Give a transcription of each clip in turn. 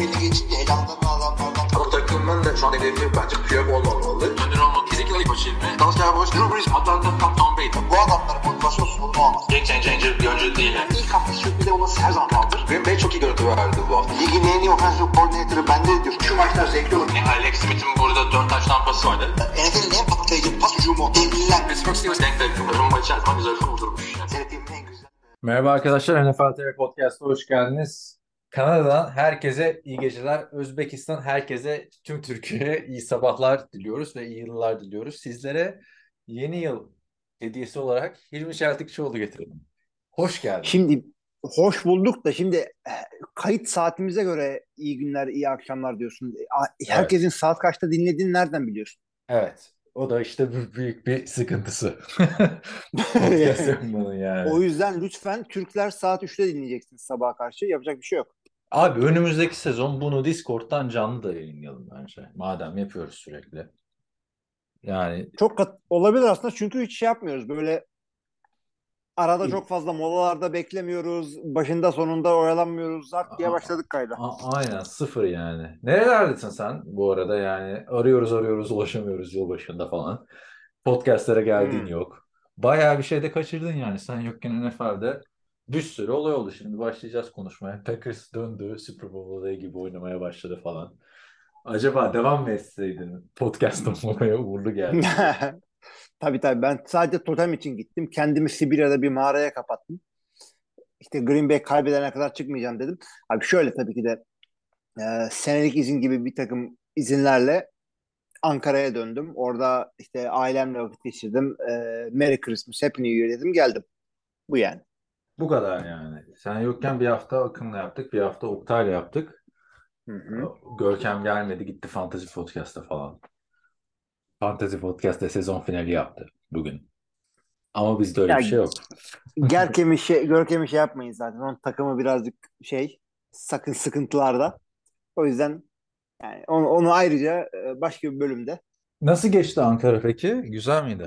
belli geçince elamdan adamlardan. Ama takımın da şu an hedefi bence Piyok olmamalı. Önder olmak. Ezekiel Aybaşı ilmi. Dalsya Boş, Drew Brees, Atlanta, Tom Brady. Bu adamların motivasyon sorunu olmaz. Game changer bir oyuncu değil. Yani ilk hafta sürpriz olması her zaman kaldır. Green Bay çok iyi görüntü verdi bu hafta. Ligin en iyi offensive coordinator'ı bende diyor. Şu maçlar zevkli olur. Alex Smith'in burada 4 taş tampası vardı. NFL'in en patlayıcı pas hücumu. Devliler. Pittsburgh Steelers denk denk. Rumba içer zaman güzel kurdurmuş. Seyrettiğimin en güzel. Merhaba arkadaşlar, NFL TV Podcast'a hoş geldiniz. Kanada'dan herkese iyi geceler, Özbekistan herkese, tüm Türkiye'ye iyi sabahlar diliyoruz ve iyi yıllar diliyoruz. Sizlere yeni yıl hediyesi olarak Hilmi Çeltikçioğlu getirdim. Hoş geldin. Şimdi hoş bulduk da şimdi kayıt saatimize göre iyi günler, iyi akşamlar diyorsun. Herkesin saat kaçta dinlediğini nereden biliyorsun? Evet, o da işte büyük bir sıkıntısı. Podcast yapmanın yani. O yüzden lütfen Türkler saat 3'te dinleyeceksiniz sabaha karşı. Yapacak bir şey yok. Abi önümüzdeki sezon bunu Discord'dan canlı da yayınlayalım bence. Madem yapıyoruz sürekli. Yani Çok olabilir aslında çünkü hiç şey yapmıyoruz. Böyle arada çok fazla molalarda beklemiyoruz. Başında sonunda oyalanmıyoruz. Zart diye başladık kayda. Aynen sıfır yani. Nerelerdesin sen bu arada yani? Arıyoruz ulaşamıyoruz yılbaşında falan. Podcast'lere geldiğin yok. Bayağı bir şey de kaçırdın yani. Sen yokken NFL'de bir sürü olay oldu. Şimdi başlayacağız konuşmaya. Packers döndü. Super Bowl adayı gibi oynamaya başladı falan. Acaba devam mı etseydin? Podcast olmaya uğurlu geldi. Tabii ben sadece totem için gittim. Kendimi Sibirya'da bir mağaraya kapattım. İşte Green Bay kaybedene kadar çıkmayacağım dedim. Abi şöyle tabii ki de senelik izin gibi bir takım izinlerle Ankara'ya döndüm. Orada işte ailemle vakit geçirdim. Merry Christmas, Happy New Year dedim geldim. Bu yani. Bu kadar yani. Sen yokken bir hafta Akın'la yaptık. Bir hafta Oktay'la yaptık. Hı. Görkem gelmedi. Gitti Fantasy Podcast'a falan. Fantasy Podcast'te sezon finali yaptı bugün. Ama bizde öyle bir şey yok. Görkem'i şey yapmayın zaten. Onun takımı birazcık sakın sıkıntılarda. O yüzden yani onu ayrıca başka bir bölümde. Nasıl geçti Ankara peki? Güzel miydi?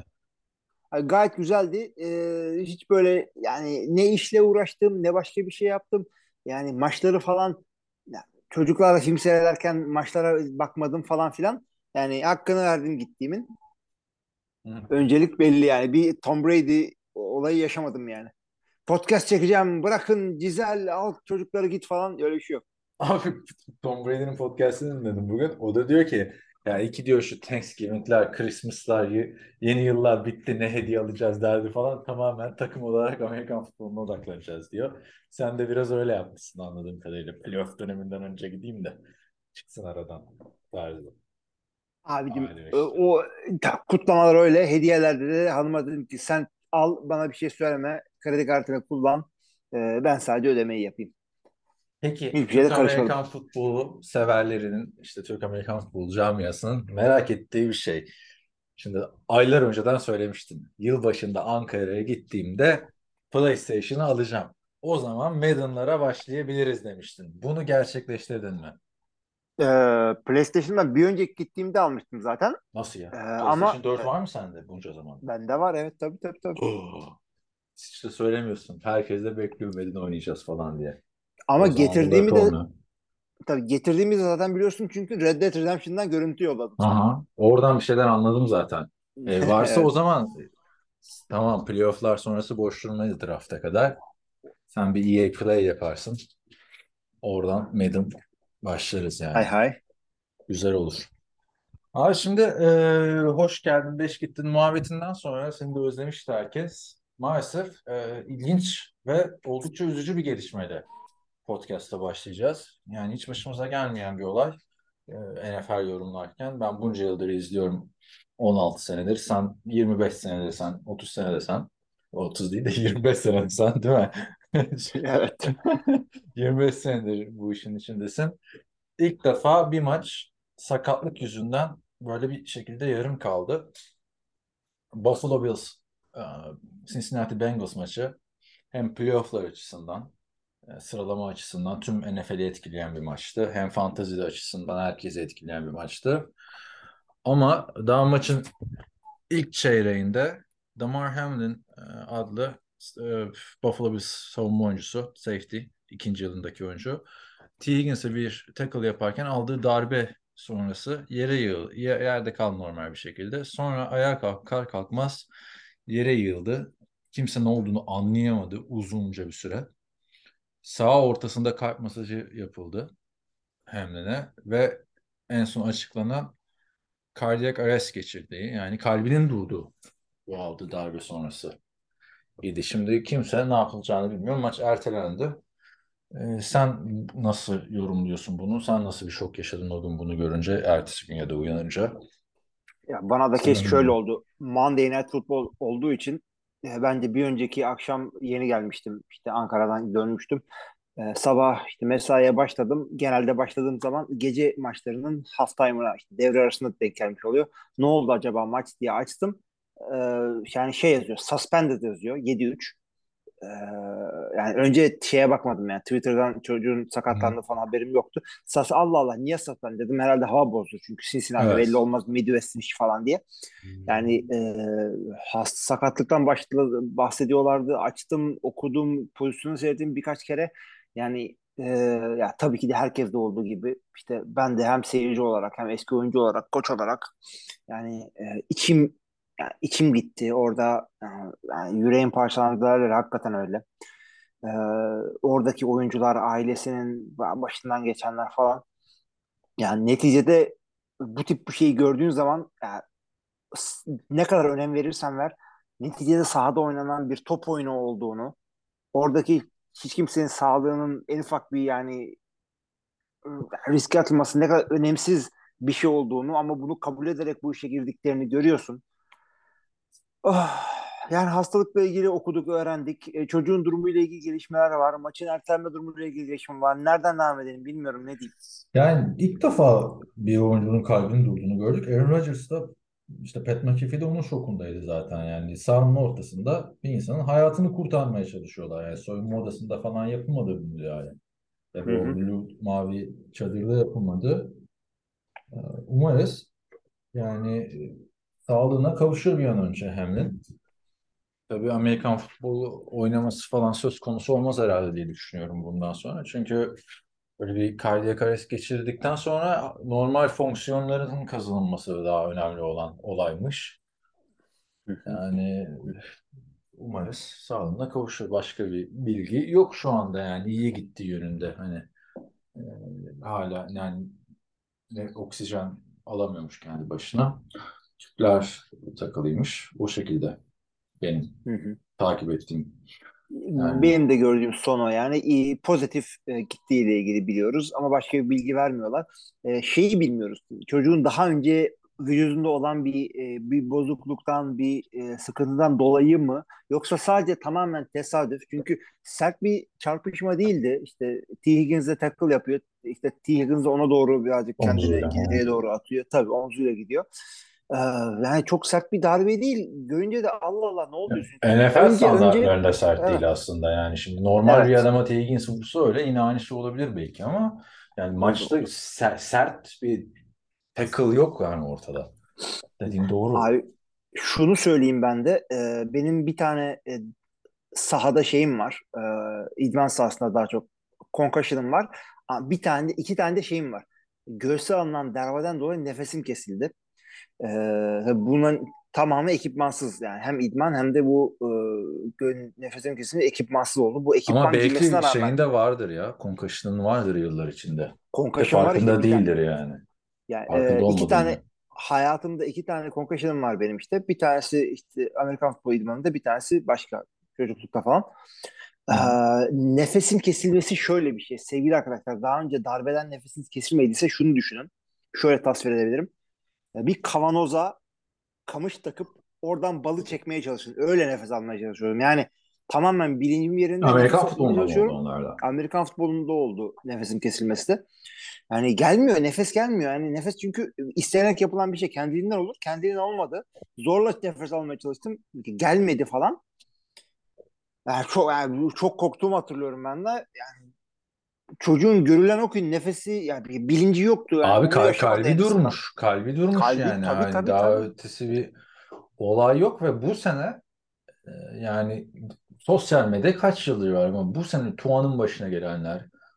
Gayet güzeldi. Hiç böyle yani ne işle uğraştım ne başka bir şey yaptım. Yani maçları falan ya, çocuklarla film seyrederken maçlara bakmadım falan filan. Yani hakkını verdim gittiğimin. Hı. Öncelik belli yani. Bir Tom Brady olayı yaşamadım yani. Podcast çekeceğim bırakın Cizel al çocukları git falan öyle bir şey yok. Abi Tom Brady'nin podcast'ını dinledim bugün. O da diyor ki ya iki diyor şu Thanksgiving'ler, Christmas'lar, yeni yıllar bitti ne hediye alacağız derdi falan. Tamamen takım olarak Amerikan futboluna odaklanacağız diyor. Sen de biraz öyle yapmışsın anladığım kadarıyla. Playoff döneminden önce gideyim de çıksın aradan tarzı. Abicim Aynen işte. kutlamalar öyle. Hediyelerde de hanıma dedim ki sen al bana bir şey söyleme. Kredi kartını kullan. Ben sadece ödemeyi yapayım. Peki Hiçbir şeye de Türk karışmadım. Amerikan futbolu severlerinin işte Türk Amerikan futbolu camiasının merak ettiği bir şey. Şimdi aylar önceden söylemiştin. Yılbaşında Ankara'ya gittiğimde PlayStation'ı alacağım. O zaman Madden'lara başlayabiliriz demiştin. Bunu gerçekleştirdin mi? PlayStation'dan bir önceki gittiğimde almıştım zaten. Nasıl ya? Ama PlayStation 4 var mı sende bunca zaman? bende var evet tabii. Oh. İşte söylemiyorsun. Herkes de bekliyor Madden oynayacağız falan diye. Ama O zaman bunları getirdiğimi de zaten biliyorsun çünkü Red Dead Redemption'dan görüntü yolladım sana. Aha, oradan bir şeyler anladım zaten. Varsa o Evet. zaman tamam playofflar sonrası boş durmayız drafta kadar. Sen bir EA Play yaparsın. Oradan Madden başlarız Hay yani. hay. Güzel olur. Abi şimdi hoş geldin, beş gittin muhabbetinden sonra seni de özlemişti herkes. Maalesef ilginç ve oldukça üzücü bir gelişmeyle podcast'a başlayacağız. Yani hiç başımıza gelmeyen bir olay. NFL yorumlarken ben bunca yıldır izliyorum 16 senedir. Sen 25 senedir sen 30 senedir sen 30 değil de 25 senedir sen değil mi? Evet. 25 senedir bu işin içindesin. İlk defa bir maç sakatlık yüzünden böyle bir şekilde yarım kaldı. Buffalo Bills, e, Cincinnati Bengals maçı hem playofflar açısından sıralama açısından tüm NFL'i etkileyen bir maçtı. Hem fantezi açısından herkesi etkileyen bir maçtı. Ama daha maçın ilk çeyreğinde Damar Hamlin adlı e, Buffalo Bills savunma oyuncusu, safety, ikinci yılındaki oyuncu T. Higgins'e bir tackle yaparken aldığı darbe sonrası yerde kaldı normal bir şekilde. Sonra ayağa kalkar kalkmaz yere yığıldı. Kimse ne olduğunu anlayamadı uzunca bir süre. Sağ ortasında kalp masajı yapıldı Hamlin'e ve en son açıklanan cardiac arrest geçirdiği, yani kalbinin durduğu bu aldığı darbe sonrası idi. Şimdi kimse ne yapılacağını bilmiyor. Maç ertelendi. Sen nasıl yorumluyorsun bunu? Sen nasıl bir şok yaşadın o gün bunu görünce, ertesi gün ya da uyanınca? Ya bana da kes şöyle Sanırım. oldu. Monday Night Football olduğu için bence bir önceki akşam yeni gelmiştim. İşte Ankara'dan dönmüştüm. Sabah işte mesaiye başladım. Genelde başladığım zaman gece maçlarının halftime'ına işte devre arasında denk gelmiş oluyor. Ne oldu acaba maç diye açtım. Ee, Yani şey yazıyor. Suspended yazıyor. 7-3. Ee, Yani önce şeye bakmadım yani Twitter'dan çocuğun Hı. sakatlandığı falan haberim yoktu. Allah Allah niye sakatlandı dedim herhalde hava bozdu çünkü Cincinnati belli Evet. olmaz Midwest'in işi falan diye. Yani sakatlıktan bahsediyorlardı. Açtım, okudum, pozisyonu seyrettim birkaç kere. Yani ya tabii ki de herkeste olduğu gibi işte ben de hem seyirci olarak hem eski oyuncu olarak, koç olarak yani içim gitti orada. Yani yüreğim parçalandılar hakikaten öyle. Ee, Oradaki oyuncular, ailesinin başından geçenler falan. Yani neticede bu tip bir şeyi gördüğün zaman yani ne kadar önem verirsen ver, neticede sahada oynanan bir top oyunu olduğunu, oradaki hiç kimsenin sağlığının en ufak bir yani riske atılması ne kadar önemsiz bir şey olduğunu ama bunu kabul ederek bu işe girdiklerini görüyorsun. Oh, yani hastalıkla ilgili okuduk, öğrendik. Çocuğun durumuyla ilgili gelişmeler var. Maçın ertelenme durumuyla ilgili gelişme var. Nereden devam edelim bilmiyorum ne diyeyim. Yani ilk defa bir oyuncunun kalbinin durduğunu gördük. Aaron Rodgers da işte Pat McAfee de onun şokundaydı zaten. Yani sahanın ortasında bir insanın hayatını kurtarmaya çalışıyorlar. Yani soyunma odasında falan yapılmadı bu müdahale. Hı Tabii o hı. blue mavi çadırda yapılmadı. Umarız yani sağlığına kavuşur bir an önce Hamlin. Tabii Amerikan futbolu oynaması falan söz konusu olmaz herhalde diye düşünüyorum bundan sonra. Çünkü böyle bir kardiyak arrest geçirdikten sonra normal fonksiyonların kazanılması daha önemli olan olaymış. Hı hı. Yani umarız sağlığına kavuşur. Başka bir bilgi yok şu anda, yani iyi gittiği yönünde. Hani e, hala yani oksijen alamıyormuş kendi başına. Tüpler takılıymış. O şekilde benim Hı hı. takip ettiğim. Yani Benim de gördüğüm son o yani iyi, pozitif gittiğiyle ilgili biliyoruz ama başka bir bilgi vermiyorlar. Şeyi bilmiyoruz. Çocuğun daha önce vücudunda olan bir bozukluktan, bir sıkıntıdan dolayı mı yoksa sadece tamamen tesadüf? Çünkü sert bir çarpışma değildi. İşte T. Higgins'e tackle yapıyor. İşte T. Higgins de ona doğru birazcık kendini omzuyla. ileriye doğru atıyor. Tabii omzuyla gidiyor. Ee, Yani çok sert bir darbe değil. Görünce de Allah Allah ne oluyorsun? Çünkü NFL önce standartlarında sert evet, değil aslında, yani şimdi normal bir evet, adama Higgins vursa öyle yine aynı şey olabilir belki, ama yani olur maçta olur. sert bir tackle yok yani ortada. Dediğin doğru. Abi şunu söyleyeyim ben de benim bir tane sahada şeyim var. İdman sahasında daha çok concussion'ım var. Bir tane de iki tane de şeyim var. Göğse alınan darbeden dolayı nefesim kesildi. E, Bunun tamamı ekipmansız yani hem idman hem de bu nefesim kesildi ekipmansız oldu. Bu Ama ekipman giymesine belki rağmen şeyinde vardır ya. Concussion'ın vardır yıllar içinde. De concussion var işte farkında bir tane. değildir yani. Yani Farkında iki tane olmadığını. hayatımda iki tane concussion'ım var benim işte. Bir tanesi işte Amerikan futbol idmanında, bir tanesi başka çocuklukta falan. Hı hı. Nefesin kesilmesi şöyle bir şey. Sevgili arkadaşlar daha önce darbeden nefesiniz kesilmediyse şunu düşünün. Şöyle tasvir edebilirim. Bir kavanoza kamış takıp oradan balı çekmeye çalışın. Öyle nefes almaya çalışıyorum. Yani tamamen bilincim yerinde nefes Amerikan almaya futbolunda mı oldu çalışıyorum. onlarda? Amerikan futbolunda oldu nefesin kesilmesi de. Yani gelmiyor, nefes gelmiyor. Yani nefes çünkü isteyerek yapılan bir şey. Kendiliğinden olur. Kendiliğinden olmadı. Zorla nefes almaya çalıştım. Gelmedi falan. Yani çok korktuğumu hatırlıyorum ben de. Yani çocuğun görülen o ki nefesi yani bilinci yoktu. Yani Abi onu yaşamadı kalbi en azından. durmuş. Kalbi durmuş Kalbi yani. tabii Hani tabii daha tabii. ötesi bir olay yok ve bu sene yani sosyal medya kaç yıldır var, ama bu sene Tuan'ın başına gelenler,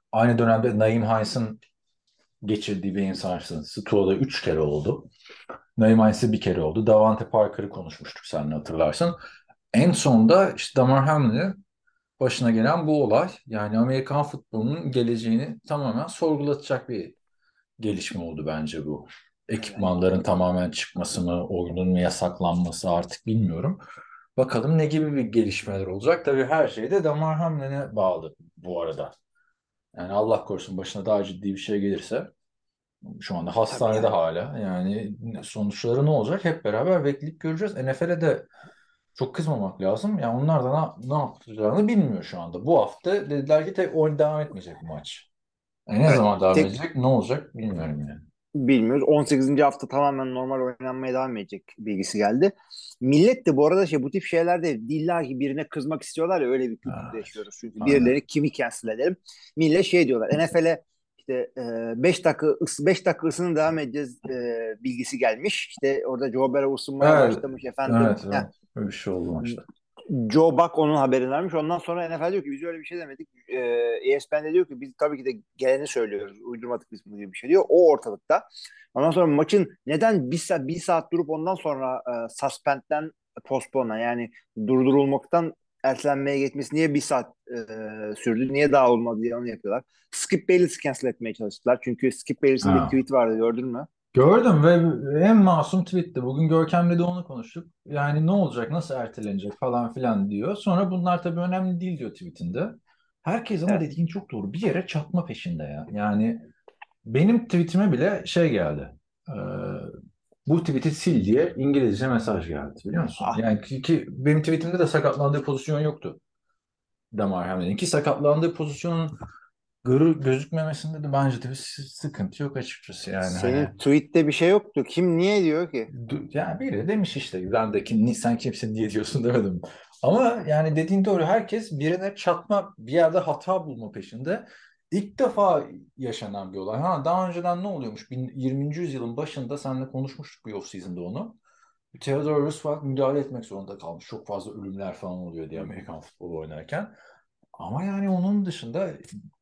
Aynı dönemde Naeem Hines'ın geçirdiği beyin sarsıntısı Tua'da 3 kere oldu. Naeem Hines'e bir kere oldu. Davante Parker'ı konuşmuştuk seninle hatırlarsın. En sonunda işte Damar Hamlin'in başına gelen bu olay. Yani Amerikan futbolunun geleceğini tamamen sorgulatacak bir gelişme oldu bence bu. Ekipmanların tamamen çıkması mı, oyunun mu yasaklanması artık bilmiyorum. Bakalım ne gibi bir gelişmeler olacak. Tabii her şey de Damar Hamlin'e bağlı bu arada. Yani Allah korusun başına daha ciddi bir şey gelirse şu anda Tabii hastanede yani. hala. Yani sonuçları ne olacak hep beraber bekleyip göreceğiz. NFL'e de çok kızmamak lazım. Yani onlar da ne yapacağını bilmiyor şu anda. Bu hafta dediler ki tek oyun devam etmeyecek bu maç. Ne Evet. zaman devam Tek edecek, ne olacak bilmiyorum yani. bilmiyoruz. 18. hafta tamamen normal oynanmaya devam edecek bilgisi geldi. Millet de bu arada bu tip şeylerde illa ki birine kızmak istiyorlar ya, öyle bir kültürde Ha, yaşıyoruz. Çünkü aynen. birileri kimi cancel edelim. Millet diyorlar. NFL'e işte 5 dakika 5 dakika ısının devam edeceğiz bilgisi gelmiş. İşte orada Joe Burrow ısınmaya Evet, başlamış efendim. evet, evet. Böyle bir şey oldu maçta. Joe Buck onun haberini vermiş. Ondan sonra NFL diyor ki biz öyle bir şey demedik. ESPN de diyor ki biz tabii ki de geleni söylüyoruz. Uydurmadık biz bunu gibi bir şey diyor. O ortalıkta. Ondan sonra maçın neden bir saat durup ondan sonra suspend'den postpone'a, yani durdurulmaktan ertelenmeye geçmesi niye bir saat sürdü? Niye daha olmadı diye onu yapıyorlar. Skip Bayless'i cancel etmeye çalıştılar. Çünkü Skip Bayless'in bir Ha. tweet vardı, gördün mü? Gördüm ve en masum tweetti. Bugün Görkem'le de onu konuştuk. Yani ne olacak, nasıl ertelenecek falan filan diyor. Sonra bunlar tabii önemli değil diyor tweetinde. Herkes ama Evet. dediğin çok doğru. Bir yere çatma peşinde ya. Yani benim tweetime bile şey geldi. Ee, bu tweet'i sil diye İngilizce mesaj geldi biliyor musun? Ah, Yani ki benim tweetimde de sakatlandığı pozisyon yoktu. Damar Hamlin'in ki sakatlandığı pozisyonun gözükmemesinde de bence de bir sıkıntı yok açıkçası yani senin hani tweette bir şey yoktu. Kim niye diyor ki? yani biri demiş işte ben de sen kimsin diye diyorsun demedim. Ama yani dediğin doğru herkes birine çatma bir yerde hata bulma peşinde. İlk defa yaşanan bir olay. Ha, daha önceden ne oluyormuş? 20. yüzyılın başında seninle konuşmuştuk bu off-season'da onu. Theodore Roosevelt müdahale etmek zorunda kalmış. Çok fazla ölümler falan oluyor diye Amerikan futbolu oynarken. Ama yani onun dışında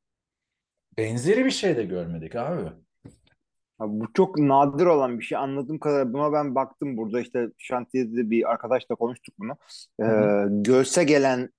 benzeri bir şey de görmedik abi. Abi bu çok nadir olan bir şey. Anladığım kadarıyla buna ben baktım, burada işte şantiyede de bir arkadaşla konuştuk bunu. Hı hı. Göğse gelen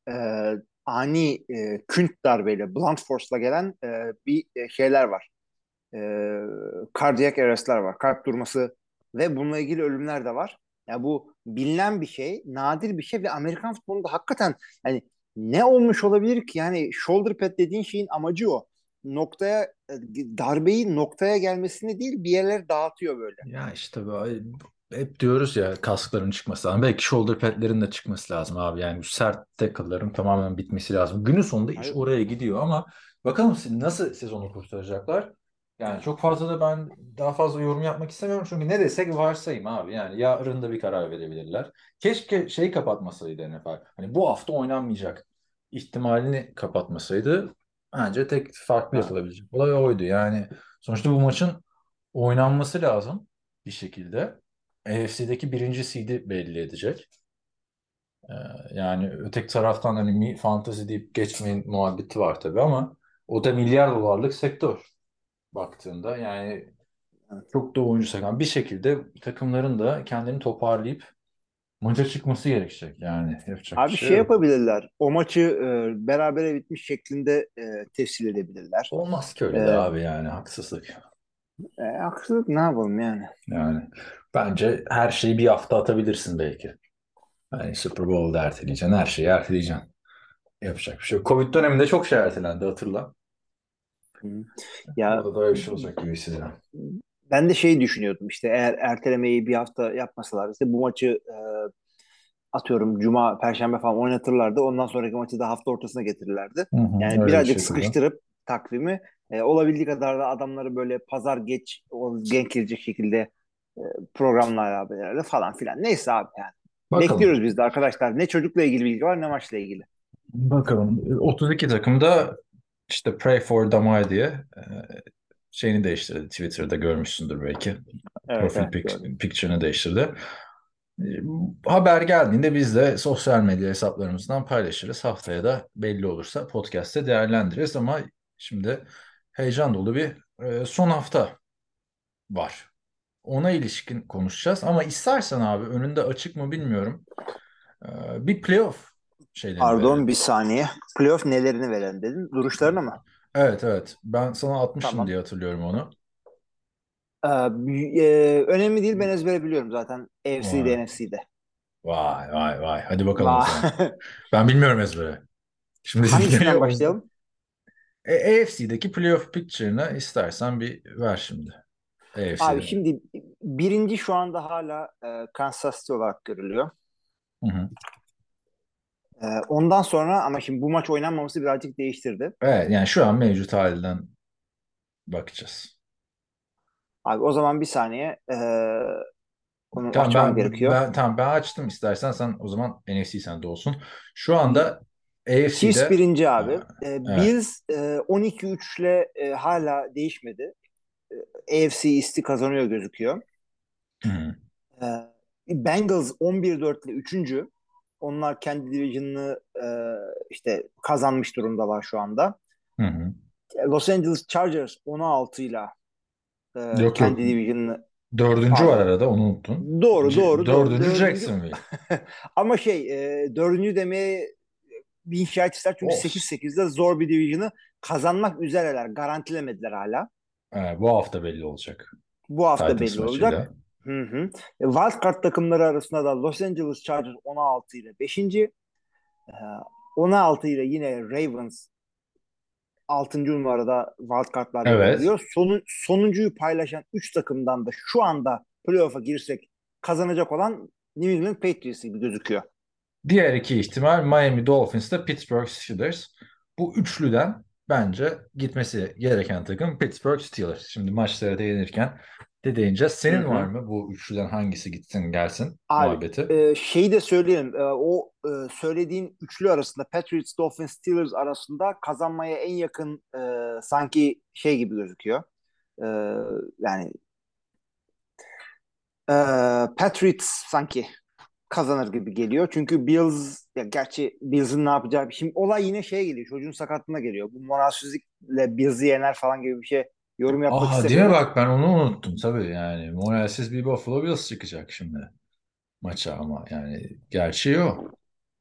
ani künt darbeyle, blunt force'la gelen bir şeyler var. E, Cardiac arrest'ler var. Kalp durması ve bununla ilgili ölümler de var. Yani bu bilinen bir şey, nadir bir şey ve Amerikan futbolunda hakikaten yani ne olmuş olabilir ki? Yani shoulder pad dediğin şeyin amacı o. Noktaya darbeyi noktaya gelmesini değil, bir yerleri dağıtıyor böyle. Ya işte böyle hep diyoruz ya kaskların çıkması lazım. Belki shoulder padlerin de çıkması lazım abi. Yani bu sert tackle'ların tamamen bitmesi lazım. Günün sonunda iş Hayır, oraya gidiyor ama bakalım nasıl sezonu kurtaracaklar. Yani çok fazla da ben daha fazla yorum yapmak istemiyorum. Çünkü ne desek varsayım abi. Yani yarın da bir karar verebilirler. Keşke şey kapatmasaydı NFL. Hani bu hafta oynanmayacak ihtimalini kapatmasaydı. Bence tek farklı yapılabilecek olay oydu. Yani sonuçta bu maçın oynanması lazım bir şekilde. AFC'deki birinci seed'i belli edecek. Ee, yani öteki taraftan hani fantasy deyip geçmeyin muhabbeti var tabii ama o da milyar dolarlık sektör baktığında yani çok da oyuncu sakan bir şekilde takımların da kendini toparlayıp maça çıkması gerekecek yani yapacak bir abi şey şey yok. yapabilirler. O maçı berabere bitmiş şeklinde tescil edebilirler. Olmaz ki öyle de E, abi yani haksızlık. Haksızlık, ne yapalım yani. Yani bence her şeyi bir hafta atabilirsin belki. Yani Super Bowl'da erteleyeceksin, her şeyi erteleyeceksin. Yapacak bir şey yok. Covid döneminde çok şey ertelendi hatırla. Hı. Ya Burada da öyle bir şey olacak gibi hissediyorum. ben de şey düşünüyordum, işte eğer ertelemeyi bir hafta yapmasalar, işte bu maçı atıyorum Cuma, Perşembe falan oynatırlardı. Ondan sonraki maçı da hafta ortasına getirirlerdi. Hı hı, Yani öyle bir birazcık şekilde. sıkıştırıp takvimi olabildiği kadar da adamları böyle pazar geç denk gelecek şekilde e, programlar beraber falan filan. Neyse abi yani. Bakalım. Bekliyoruz biz de arkadaşlar. Ne çocukla ilgili bilgi var, ne maçla ilgili. Bakalım. 32 takım da işte Pray for Damai diye şeyini değiştirdi. Twitter'da görmüşsündür belki. Evet, Profil evet, gördüm. picture'ını değiştirdi. E, haber geldiğinde biz de sosyal medya hesaplarımızdan paylaşırız. Haftaya da belli olursa podcast'te değerlendiririz ama Şimdi heyecan dolu bir son hafta var. Ona ilişkin konuşacağız. Ama istersen abi önünde açık mı bilmiyorum. Bir playoff şeylerini Pardon, verelim. bir saniye. Playoff nelerini verelim dedin? Duruşlarını mı? Evet, evet. Ben sana atmıştım Tamam. diye hatırlıyorum onu. Önemli değil, ben ezbere biliyorum zaten. AFC'de, Vay, NFC'de. vay, vay, vay. Hadi bakalım o zaman. Va- Ben bilmiyorum ezbere. Şimdi Hangisinden o yüzden. başlayalım? AFC'deki playoff picture'ını istersen bir ver şimdi. Abi AFC'de. şimdi birinci şu anda hala Kansas City olarak görülüyor. Hı hı. Ondan sonra ama şimdi bu maç oynanmaması birazcık değiştirdi. Evet, yani şu an mevcut halinden bakacağız. Abi o zaman bir saniye, onu Tamam açmam gerekiyor. ben açtım, istersen sen o zaman NFC sende olsun. Şu anda Chiefs AFC'de birinci abi. evet. Bills 12-3 ile hala değişmedi. AFC East'i kazanıyor gözüküyor. Hı hı. Bengals 11-4 ile üçüncü. Onlar kendi division'ını işte kazanmış durumdalar şu anda. Hı hı. Los Angeles Chargers 16 ile Yok, yok. kendi division'ını, Dördüncü var pardon. arada, onu unuttun. Doğru. Dördüncü Dördüncü Jacksonville. ama dördüncü demeye bin şahit ister çünkü Olsun. 8-8'de zor bir division'ı kazanmak üzereler. Garantilemediler hala. Bu hafta belli olacak. Bu hafta Titans belli olacak. maçıyla. Hı hı. Wildcard takımları arasında da Los Angeles Chargers 16 ile 5. 16 ile yine Ravens 6. numarada wildcardlarda yer Evet. alıyor. Sonuncuyu paylaşan 3 takımdan da şu anda playoff'a girsek kazanacak olan New England Patriots gibi gözüküyor. Diğer iki ihtimal Miami Dolphins ile Pittsburgh Steelers. Bu üçlüden bence gitmesi gereken takım Pittsburgh Steelers. Şimdi maçlara değinirken de değineceğiz. Hı Senin var hı. mı bu üçlüden hangisi gitsin gelsin Abi muhabbeti? şeyi de söyleyelim. Söylediğin üçlü arasında Patriots, Dolphins, Steelers arasında kazanmaya en yakın sanki şey gibi gözüküyor. E, yani e, Patriots sanki kazanır gibi geliyor. Çünkü Bills, ya gerçi Bills'in ne yapacağı, şimdi olay yine şeye geliyor. Çocuğun sakatlığına geliyor. Bu moralsizlikle Bills'i yener falan gibi bir şey yorum yapmak Değil mi, istemiyorum. bak ben onu unuttum tabii, yani moralsiz bir Buffalo Bills çıkacak şimdi maça, ama yani gerçeği o.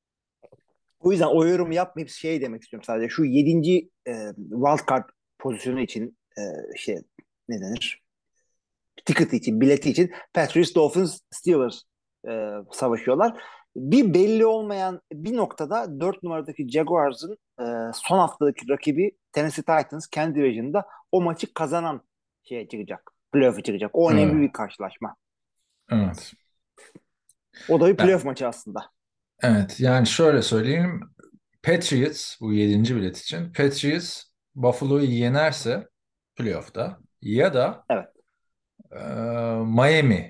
O yüzden o yorumu yapmayıp şey demek istiyorum sadece. Şu yedinci wildcard pozisyonu için şey ne denir? Ticket için, bileti için Patriots, Dolphins, Steelers savaşıyorlar. Bir belli olmayan bir noktada 4 numaradaki Jaguars'ın son haftadaki rakibi Tennessee Titans kendi division'da o maçı kazanan şeye çıkacak. Playoff'a çıkacak. O önemli Evet. bir karşılaşma. Evet. O da bir Ya, playoff maçı aslında. evet, yani şöyle söyleyeyim. Patriots bu yedinci bilet için. Patriots Buffalo'yu yenerse playoff'ta, ya da Evet. e, Miami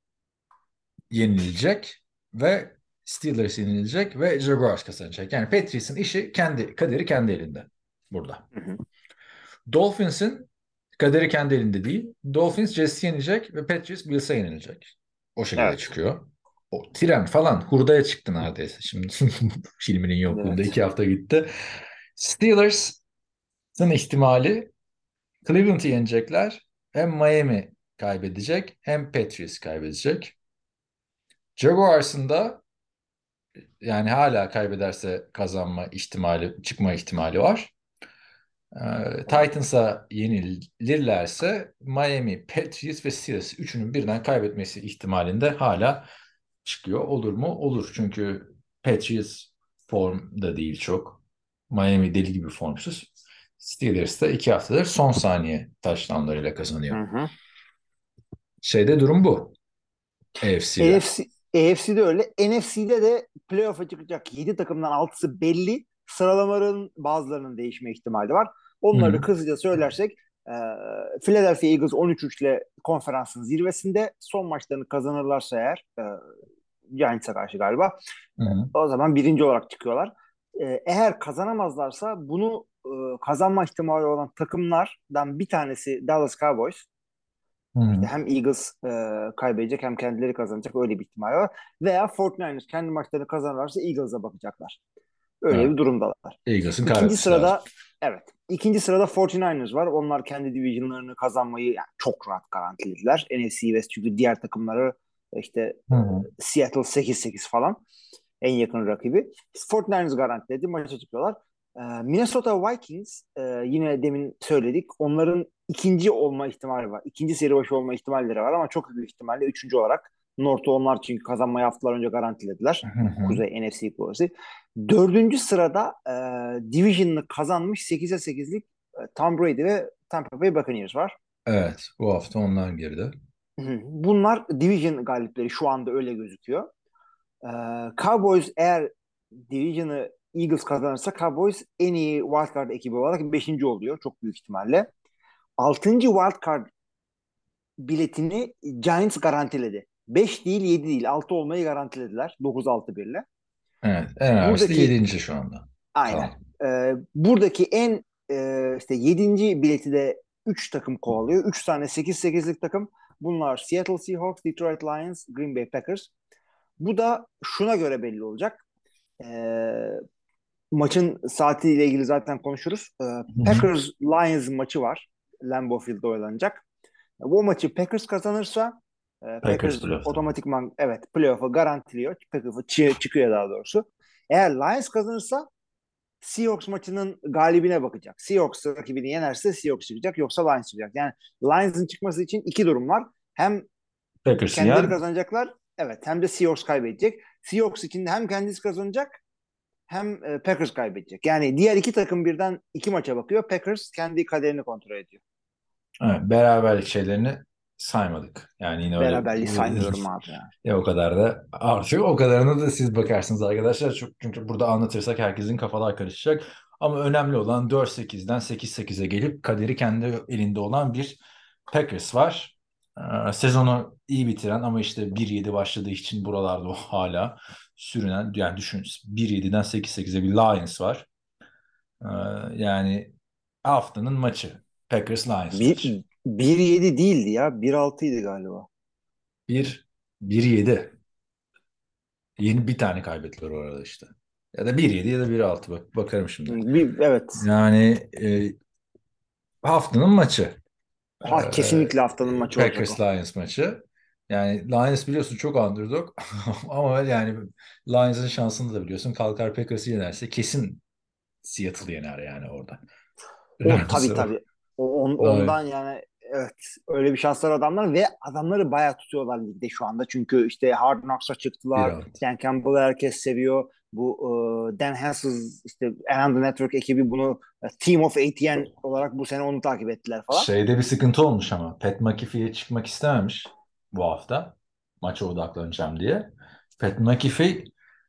yenilecek ve Steelers yenilecek ve Jaguars kazanacak. Yani Patriots'ın işi, kaderi kendi elinde burada. Hı hı. Dolphins'in kaderi kendi elinde değil. Dolphins Jets'i yenecek ve Patriots Bills'e yenilecek. O şekilde Evet. çıkıyor. O tren falan hurdaya çıktı neredeyse. Şimdi filminin yokluğunda Evet. 2 hafta gitti. Steelers'ın ihtimali, Cleveland'ı yenecekler. Hem Miami kaybedecek hem Patriots kaybedecek. Jaguars'ın da yani hala kaybederse kazanma ihtimali, çıkma ihtimali var. Titans'a yenilirlerse Miami, Patriots ve Steelers üçünün birden kaybetmesi ihtimalinde hala çıkıyor. Olur mu? Olur. Çünkü Patriots formda değil çok. Miami deli gibi formsuz. Steelers de 2 haftadır son saniye touchdownlarıyla Hı kazanıyor. hı. Şeyde durum bu. AFC'de. AFC'de öyle. NFC'de de playoff'a çıkacak 7 takımdan 6'sı belli. Sıralamaların bazılarının değişme ihtimali var. Hı Onları da hı. hızlıca söylersek e, Philadelphia Eagles 13-3 ile konferansın zirvesinde, son maçlarını kazanırlarsa eğer Giants'a karşı galiba Hı hı. o zaman birinci olarak çıkıyorlar. Eğer kazanamazlarsa bunu kazanma ihtimali olan takımlardan bir tanesi Dallas Cowboys. Hı İşte hı. hem Eagles kaybedecek hem kendileri kazanacak, öyle bir ihtimal var. Veya 49ers kendi maçlarını kazanırlarsa Eagles'a bakacaklar. Öyle Evet. bir durumdalar. Eagles'ın İkinci kaybetmesi lazım. sırada evet. İkinci sırada 49ers var. Onlar kendi divisionlarını kazanmayı yani çok rahat garantilediler. NFC West çünkü diğer takımları işte Hı hı. Seattle 8-8 falan en yakın rakibi. 49ers garantiledi. Maça çıkıyorlar. Minnesota Vikings yine demin söyledik. Onların ikinci olma ihtimali var. İkinci seri başı olma ihtimalleri var ama çok büyük ihtimalle üçüncü olarak North'u onlar çünkü kazanmayı haftalar önce garantilediler. Hı hı. Kuzey NFC Kuzey. Dördüncü sırada Division'ını kazanmış 8'e 8'lik Tom Brady ve Tampa Bay Buccaneers var. Evet, bu hafta onlar geride. Bunlar Division galipleri şu anda öyle gözüküyor. Cowboys eğer Division'ı Eagles kazanırsa Cowboys en iyi wildcard ekibi olarak beşinci oluyor çok büyük ihtimalle. Altıncı wildcard biletini Giants garantiledi. 5 değil 7 değil 6 olmayı garantilediler 9-6-1 ile. Evet, NFC Buradaki 7. şu anda. aynen. Kalan. Buradaki en işte 7. bileti de 3 takım kovalıyor. 3 tane 8-8'lik takım. Bunlar Seattle Seahawks, Detroit Lions, Green Bay Packers. Bu da şuna göre belli olacak. Maçın saatiyle ilgili zaten konuşuruz. Packers Lions maçı var. Lambeau Field'da oynanacak. Bu maçı Packers kazanırsa Packers Packers playoff'ta. otomatikman evet playoff'a garantiliyor. Playoff'a çıkıyor daha doğrusu. Eğer Lions kazanırsa Seahawks maçının galibine bakacak. Seahawks rakibini yenerse Seahawks çıkacak yoksa Lions çıkacak. Yani Lions'ın çıkması için iki durum var. Hem Packers'ı kendileri yen kazanacaklar evet hem de Seahawks kaybedecek. Seahawks için de hem kendisi kazanacak hem Packers kaybedecek. Yani diğer iki takım birden iki maça bakıyor. Packers kendi kaderini kontrol ediyor. evet, beraberlik şeylerini saymadık. Yani yine öyle Beraberliği saymıyorum abi ya. ya o kadar da artıyor. O kadarına da siz bakarsınız arkadaşlar. Çünkü burada anlatırsak herkesin kafalar karışacak. Ama önemli olan 4-8'den 8-8'e gelip kaderi kendi elinde olan bir Packers var. Sezonu iyi bitiren ama işte 1-7 başladığı için buralarda o hala sürünen yani düşün 1-7'den 8-8'e bir Lions var. Ee, Yani haftanın maçı. Packers Lions maçı. 1-7 değildi ya. 1-6'ydı galiba. 1-7. Yeni bir tane kaybettiler orada işte. Ya da 1-7 ya da 1-6 bakarım şimdi. Evet. Yani haftanın maçı. Kesinlikle haftanın maçı olacak o. Packers Lions maçı. Yani Lions biliyorsun çok underdog ama yani Lions'ın şansını da biliyorsun. Kalkar Packers'ı yenerse kesin Seattle yener yani orada. O tabii Lions'ı. tabii. Ondan yani evet öyle bir şanslar adamlar ve adamları bayağı tutuyorlar ligde şu anda. Çünkü işte Hard Knocks'a çıktılar. 1-6. Dan Campbell'ı herkes seviyor. Bu Dan Hansel işte Around the Network ekibi bunu Team of ATN olarak bu sene onu takip ettiler falan. Şeyde bir sıkıntı olmuş ama Pat McAfee'ye çıkmak istememiş bu hafta. Maça odaklanacağım diye. Pat McAfee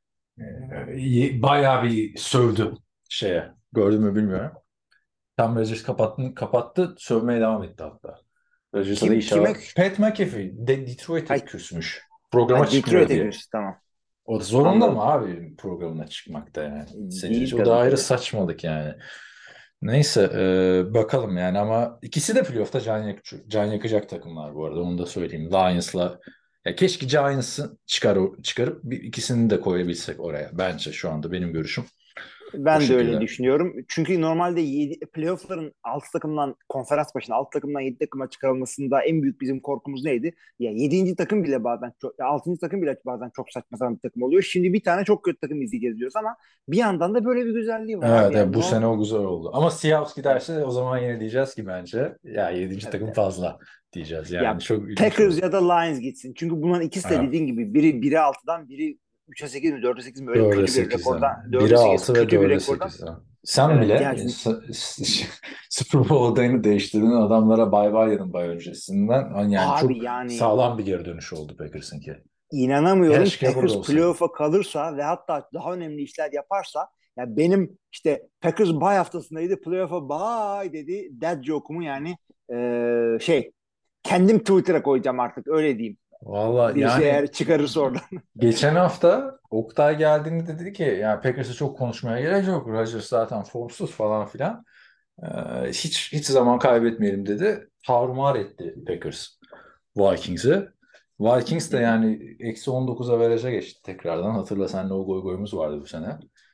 bayağı bir sövdü şeye. Gördün mü bilmiyorum. Tam Rodgers kapattı. Sövmeye devam etti hatta. Rodgers'a da Kime? inşallah. Pat McAfee Detroit'e Hay, küsmüş. Programa çıkmıyor Detroit'e diye. girmiş tamam. O da zorunda Anladım. mı abi programına çıkmakta yani? Senin Değil için o da tabii ki ayrı de. saçmalık yani. Neyse bakalım yani ama ikisi de playoff'ta can yakacak takımlar bu arada onu da söyleyeyim. Lions'la ya keşke Giants'ı çıkarıp ikisini de koyabilsek oraya. Bence şu anda benim görüşüm o Ben de öyle şekilde. düşünüyorum. Çünkü normalde playoff'ların 6 takımdan konferans başına 6 takımdan 7 takıma çıkarılmasında en büyük bizim korkumuz neydi? Ya 7. takım bile bazen çok 6. takım bile bazen çok saçma sapan bir takım oluyor. Şimdi bir tane çok kötü takım izleyeceğiz diyoruz ama bir yandan da böyle bir güzelliği var abi Evet, yani. bu sene o güzel oldu. Ama Seahawks Evet, giderse o zaman yine diyeceğiz ki bence ya 7. evet, takım evet. fazla diyeceğiz. Yani Ya çok ilginç Packers oldu. ya da Lions gitsin. Çünkü bunların ikisi de Evet. dediğin gibi biri 1'e 6'dan biri 3'e 8 mi 4'e 8 mi öyle 4'e kötü bir 8'den. rekordan 4'e 1'e 8 6 ve kötü bir 4'e rekordan. 8'den. Sen Evet bile yani Super Bowl adayını değiştirdiğin adamlara bay bay dedin bay öncesinden. Yani abi çok yani sağlam bir geri dönüş oldu Packers'ınki. İnanamıyorum. Keşke burada Packers olsaydı. playoff'a kalırsa ve hatta daha önemli işler yaparsa ya benim işte Packers bye haftasındaydı. Playoff'a bye dedi. Dad joke'umu yani kendim Twitter'a koyacağım artık öyle diyeyim. Valla Birisi yani eğer çıkarırsa oradan. geçen hafta Oktay geldiğinde dedi ki ya Packers'ı çok konuşmaya gerek yok. Rodgers zaten formsuz falan filan. Hiç zaman kaybetmeyelim dedi. Tarumar etti Packers Vikings'i. Vikings de yani -19 average'a geçti tekrardan. Hatırla seninle o goy goyumuz vardı bu sene.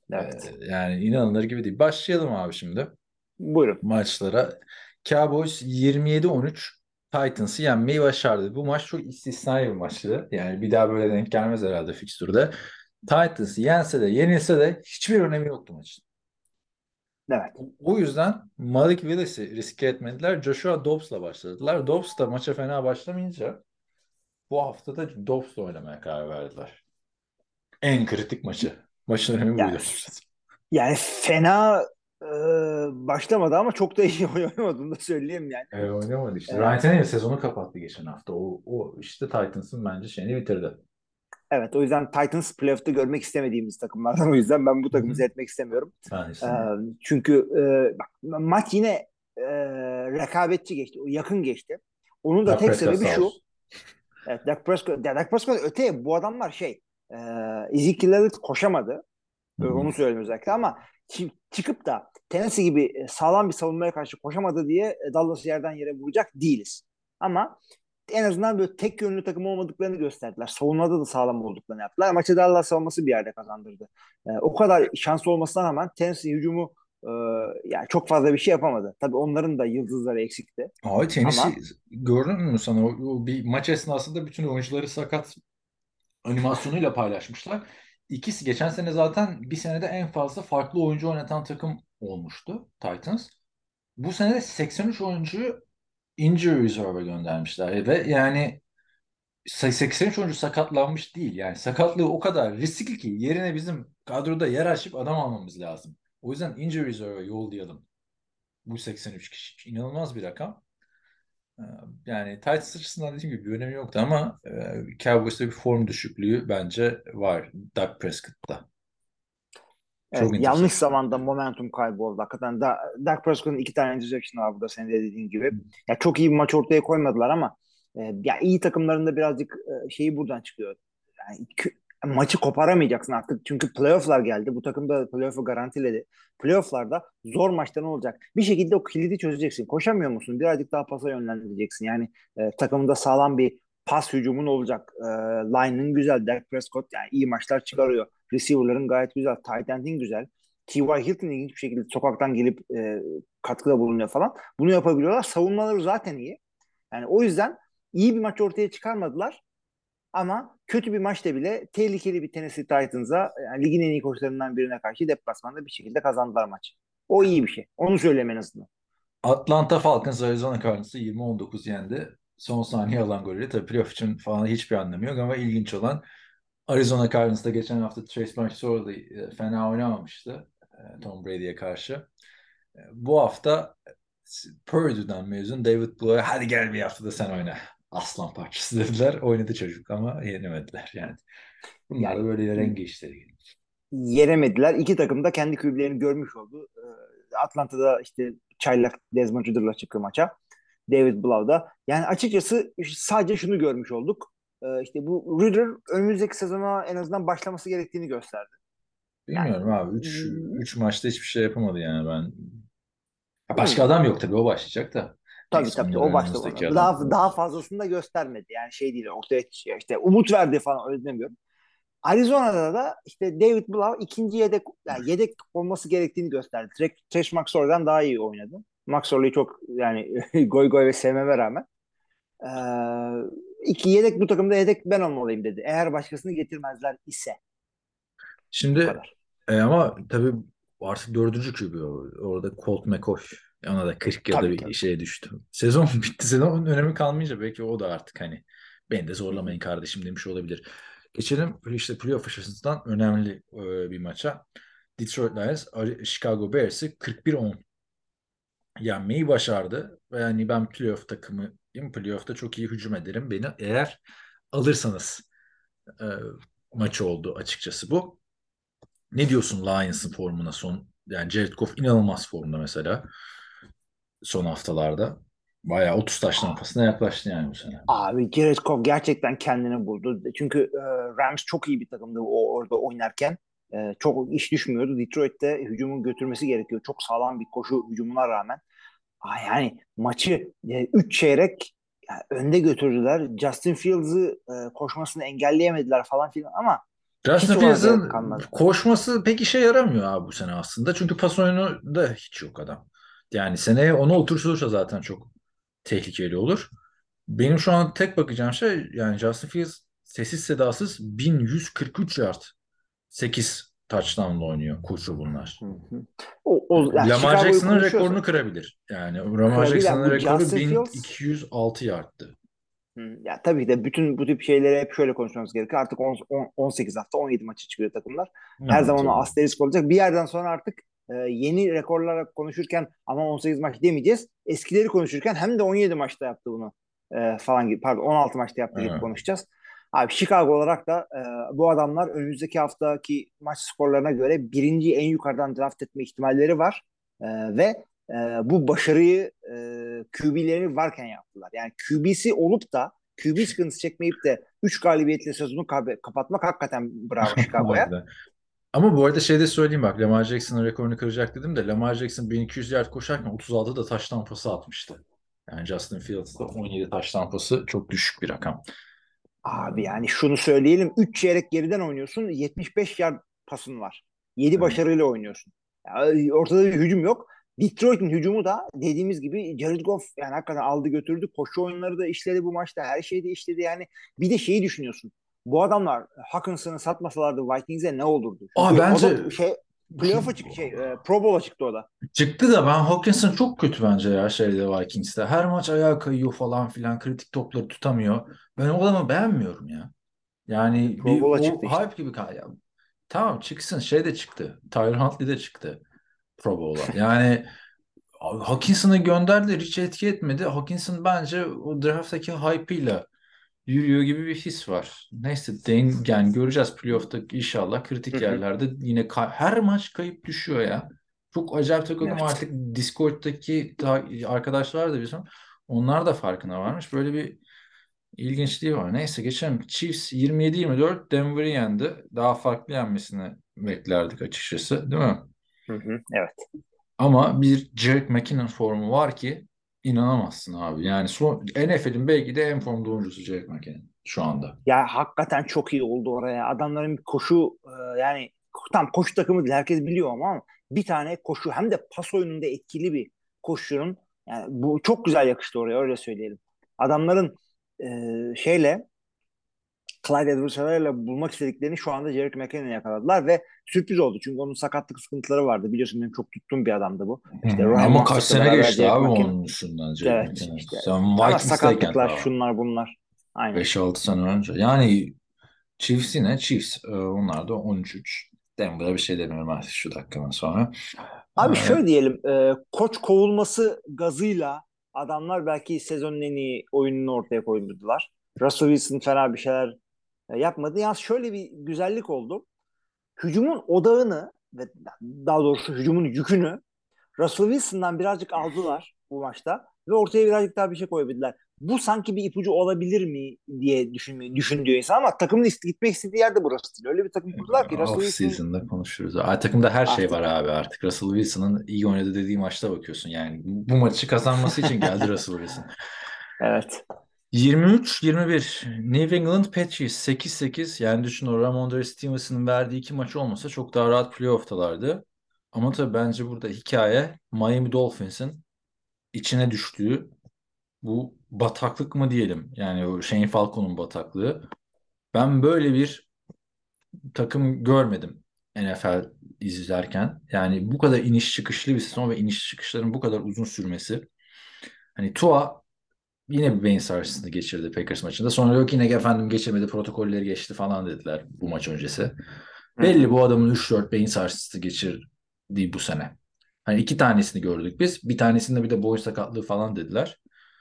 Evet. Yani inanılır gibi değil. Başlayalım abi şimdi Buyurun. maçlara. Cowboys 27-13 Titans'ı yenmeyi başardı. Bu maç çok istisnai bir maçtı. Yani bir daha böyle denk gelmez herhalde fikstürde. Titans'ı yense de yenilse de hiçbir önemi yoktu maçın. Evet. O yüzden Malik Willis'i riske etmediler. Joshua Dobbs'la başladılar. Dobbs da maça fena başlamayınca bu hafta da Dobbs'la oynamaya karar verdiler. En kritik maçı. Maçın önemi buydu. Yani, yani fena e, başlamadı ama çok da iyi oynamadığını da söyleyeyim yani. Oynamadı işte. E, Ryan Tannehill sezonu kapattı geçen hafta. O işte Titans'ın bence şeyini bitirdi. evet, o yüzden Titans playoff'ta görmek istemediğimiz takımlardan, o yüzden ben bu Hı takımı hı. seyretmek istemiyorum. Ben E, istemiyorum. çünkü bak, maç yine rekabetçi geçti, yakın geçti. Onun da Dak tek Prescott sebebi sağ şu. olsun. Evet, Dak Prescott öte, bu adamlar e, Ezekiel Elliott koşamadı. Hı hı. Onu söyleyeyim özellikle, ama çıkıp da Tennessee gibi sağlam bir savunmaya karşı koşamadı diye Dallas'ı yerden yere vuracak değiliz. Ama en azından böyle tek yönlü takım olmadıklarını gösterdiler. Savunmada da sağlam olduklarını yaptılar. Maçı Dallas savunması bir yerde kazandırdı. O kadar şanslı olmasına rağmen Tennessee hücumu yani çok fazla bir şey yapamadı. Tabii onların da yıldızları eksikti. Abi Tennessee Ama gördün mü sana o bir maç esnasında bütün oyuncuları sakat animasyonuyla paylaşmışlar. İkisi geçen sene zaten bir senede en fazla farklı oyuncu oynatan takım olmuştu Titans. Bu sene de 83 oyuncuyu injury reserve'a göndermişler ve yani 83 oyuncu sakatlanmış değil. Yani sakatlığı o kadar riskli ki yerine bizim kadroda yer açıp adam almamız lazım. O yüzden injury reserve'a yollayalım. Bu 83 kişi. İnanılmaz bir rakam. Ee, Yani Titans açısından dediğim gibi bir önemi yoktu ama Cowboys'ta bir form düşüklüğü bence var Dak Prescott'ta. evet, Çok yanlış interception zamanda yapıyor. momentum kayboldu. Hakikaten Dak Prescott'un 2 tane interception var burada, senin de dediğin gibi. Ya çok iyi bir maç ortaya koymadılar ama ya iyi takımlarında birazcık şeyi buradan çıkıyor. Yani maçı koparamayacaksın artık. Çünkü playoff'lar geldi. Bu takım da playoff'u garantiledi. Playoff'larda zor maçlar olacak. Bir şekilde o kilidi çözeceksin. Koşamıyor musun? Birazcık daha pasa yönlendireceksin. Yani takımında sağlam bir pas hücumun olacak. Line'ın güzel. Dak Prescott yani iyi maçlar çıkarıyor. Receiver'ların gayet güzel. Tight end'in güzel. T.Y. Hilton ilginç bir şekilde sokaktan gelip katkıda bulunuyor falan. Bunu yapabiliyorlar. Savunmaları zaten iyi. Yani o yüzden iyi bir maç ortaya çıkarmadılar. Ama kötü bir maçta bile tehlikeli bir Tennessee Titans'a, yani ligin en iyi koçlarından birine karşı deplasmanda bir şekilde kazandılar maçı. O iyi bir şey. Onu söyleyeyim en azından. Atlanta Falcons Arizona Cardinals'ı 20-19 yendi. Son saniye alan golü. Tabii playoff için falan hiçbir anlamı yok ama ilginç olan Arizona Cardinals'ta geçen hafta Trace McSorley fena oynamamıştı Tom Brady'ye karşı. Bu hafta Purdue'dan mezun David Blue'ya hadi gel bir hafta da sen oyna. Aslan parçası dediler. Oynadı çocuk ama yenemediler yani. Bunlar da Yani böyle rengi işleri. yeremediler. İki takım da kendi kulüplerini görmüş oldu. Atlanta'da işte çaylak Desmond Ridder'la çıktı maça. David Blau'da. Yani açıkçası sadece şunu görmüş olduk. İşte bu Ridder önümüzdeki sezona en azından başlaması gerektiğini gösterdi. Yani Bilmiyorum abi. Üç maçta hiçbir şey yapamadı yani ben. Başka bilmiyorum. adam yok tabii o başlayacak da. Tabii Neyse tabii onlar o başta önümüzdeki ona. adam. Daha fazlasını da göstermedi. Yani şey değil, ortaya işte umut verdi falan, öyle demiyorum. Arizona'da da işte David Blau ikinci yedek, yani yedek olması gerektiğini gösterdi. Trace McSorley'den daha iyi oynadı. McSorley'i çok yani goy goy ve sevmeme rağmen. İki yedek, bu takımda yedek ben olmalıyım dedi. Eğer başkasını getirmezler ise. Bu Şimdi kadar. ama tabii artık dördüncü QB orada Colt McCoy. Ona da 40 yılda Tabii bir tabii. şeye düştü. Sezon bitti. Sezonun önemi kalmayınca belki o da artık hani beni de zorlamayın kardeşim demiş olabilir. Geçelim işte playoff aşısından önemli bir maça. Detroit Lions Chicago Bears'i 41-10 yenmeyi başardı. Ve yani ben playoff takımıyım. Playoff'ta çok iyi hücum ederim. Beni eğer alırsanız e, maçı oldu açıkçası bu. Ne diyorsun Lions'ın formuna son? Yani Jared Goff inanılmaz formda mesela son haftalarda. Bayağı 30 taş lampasına yaklaştı yani bu sene. Abi Jared Goff gerçekten kendini buldu. Çünkü Rams çok iyi bir takımdı orada oynarken. Çok iş düşmüyordu. Detroit'te hücumun götürmesi gerekiyor. Çok sağlam bir koşu hücumuna rağmen. Yani maçı 3 çeyrek önde götürdüler. Justin Fields'ı koşmasını engelleyemediler falan filan, ama Justin Hiç ona gerek Fields'ın kalmadı. koşması pek işe yaramıyor abi bu sene aslında. Çünkü pas oyunu da hiç yok adam. Yani seneye ona oturtursa zaten çok tehlikeli olur. Benim şu an tek bakacağım şey yani Justin Fields sessiz sedasız 1143 yard 8 touchdown'la oynuyor kursu bunlar. Hı hı. Yani Lamar Chicago'yu Jackson'ın konuşuyorsa rekorunu kırabilir. Yani Lamar kırabilir. Yani Jackson'ın bu rekoru Justin Fields 1206 yardtı. ya tabii ki de bütün bu tip şeyleri hep şöyle konuşmamız gerekiyor. Artık 18 hafta 17 maçı çıkıyor takımlar. Her Evet, zaman o tabii. asterisk olacak. Bir yerden sonra artık yeni rekorlara konuşurken ama 18 maç demeyeceğiz. Eskileri konuşurken hem de 17 maçta yaptı bunu falan gibi. Pardon 16 maçta yaptı gibi Evet. konuşacağız. Abi Chicago olarak da bu adamlar önümüzdeki haftaki maç skorlarına göre birinci en yukarıdan draft etme ihtimalleri var. Ve bu başarıyı QB'leri varken yaptılar. Yani QB'si olup da QB sıkıntısı çekmeyip de 3 galibiyetle sezonu kapatmak hakikaten bravo Chicago'ya. Harbiden. Ama bu arada şey de söyleyeyim bak Lamar Jackson'ın rekorunu kıracak dedim de Lamar Jackson 1200 yard koşarken 36 da taş tampası atmıştı. Yani Justin Fields'da 17 taş tampası çok düşük bir rakam. Abi yani şunu söyleyelim. 3 çeyrek geriden oynuyorsun. 75 yard pasın var. 7 Evet. başarıyla oynuyorsun. Yani ortada bir hücum yok. Detroit'in hücumu da dediğimiz gibi Jared Goff yani hakikaten aldı götürdü. Koşu oyunları da işledi bu maçta. Her şeyi de işledi yani. Bir de şeyi düşünüyorsun. Bu adamlar Hawkinson'ı satmasalardı Vikings'e ne olurdu? Aa, Çünkü o bence da playoff'a çıktı Pro Bowl'a çıktı o da. çıktı da ben Hawkinson çok kötü bence ya şeyde Vikings'te. Her maç ayağa kayıyor falan filan kritik topları tutamıyor. Ben o adamı beğenmiyorum ya. Yani Pro bir Bowl'a o çıktı işte. hype gibi ya. Tamam çıksın şey de çıktı. Tyler Huntley de çıktı Pro Bowl'a. Yani abi Hawkinson'ı gönderdi hiç etki etmedi. Hawkinson bence o drafttaki hype'ıyla yürüyor gibi bir his var. Neyse yani göreceğiz playoff'ta inşallah Hı kritik hı. yerlerde yine her maç kayıp düşüyor ya. Çok acayip takıldım Evet. artık Discord'daki arkadaşlar da bizim onlar da farkına varmış. Böyle bir ilginçliği var. Neyse geçelim. Chiefs 27-24 Denver'ı yendi. Daha farklı yenmesini beklerdik açıkçası, değil mi? Hı hı. Evet. Ama bir Jerick McKinnon formu var ki inanamazsın abi. Yani NFL'in belki de en formda oyuncusu Jerick McKinnon şu anda. Ya hakikaten çok iyi oldu oraya. Adamların bir koşu yani tam koşu takımı değil herkes biliyor ama bir tane koşu hem de pas oyununda etkili bir koşunun yani bu çok güzel yakıştı oraya öyle söyleyelim. Adamların şeyle Clyde Edwards-Helaire'le bulmak istediklerini şu anda Jerick McKinnon'a yakaladılar ve sürpriz oldu. Çünkü onun sakatlık sıkıntıları vardı. Biliyorsun benim çok tuttuğum bir adamdı bu. Hı İşte hı. Raheem Ama kaç Mostert'la sene beraber geçti Jerick abi McKinnon. onun üstünden Jerick Evet McKinnon. işte Sen ama Vikings'teyken sakatlıklar ta şunlar bunlar. Aynen. 5-6 sene önce. Yani Chiefs yine Chiefs. Onlar da 13-3. Denver'a bir şey demiyorum artık şu dakikadan sonra. Abi Ee, şöyle diyelim, koç kovulması gazıyla adamlar belki sezonun en iyi oyununu ortaya koydular. Russell Wilson fena bir şeyler yapmadı. Yalnız şöyle bir güzellik oldu. Hücumun odağını ve daha doğrusu hücumun yükünü Russell Wilson'dan birazcık aldılar bu maçta ve ortaya birazcık daha bir şey koyabildiler. Bu sanki bir ipucu olabilir mi diye düşün diyor insan ama takımın gitmek istediği yerde burası değil. Öyle bir takım kurdular ki Russell Off Wilson season'da konuşuruz. Takımda her şey var artık abi artık. Russell Wilson'ın iyi oynadı dediği maçta bakıyorsun. Yani bu maçı kazanması için geldi Russell Wilson. evet. 23-21 New England Patriots 8-8 yani düşün o Ramondre Stevenson'ın verdiği iki maç olmasa çok daha rahat playoff'talardı. Ama tabii bence burada hikaye Miami Dolphins'in içine düştüğü bu bataklık mı diyelim. Yani o Shane Falco'nun bataklığı. Ben böyle bir takım görmedim NFL izlerken. Yani bu kadar iniş çıkışlı bir sezon ve iniş çıkışların bu kadar uzun sürmesi. Hani Tua yine bir beyin sarsıntısı geçirdi Packers maçında. Sonra yok yine efendim geçirmedi protokolleri geçti falan dediler bu maç öncesi. Hı Belli hı. bu adamın 3-4 beyin sarsıntısı geçirdiği bu sene. Hani iki tanesini gördük biz. Bir tanesinde bir de boyun sakatlığı falan dediler.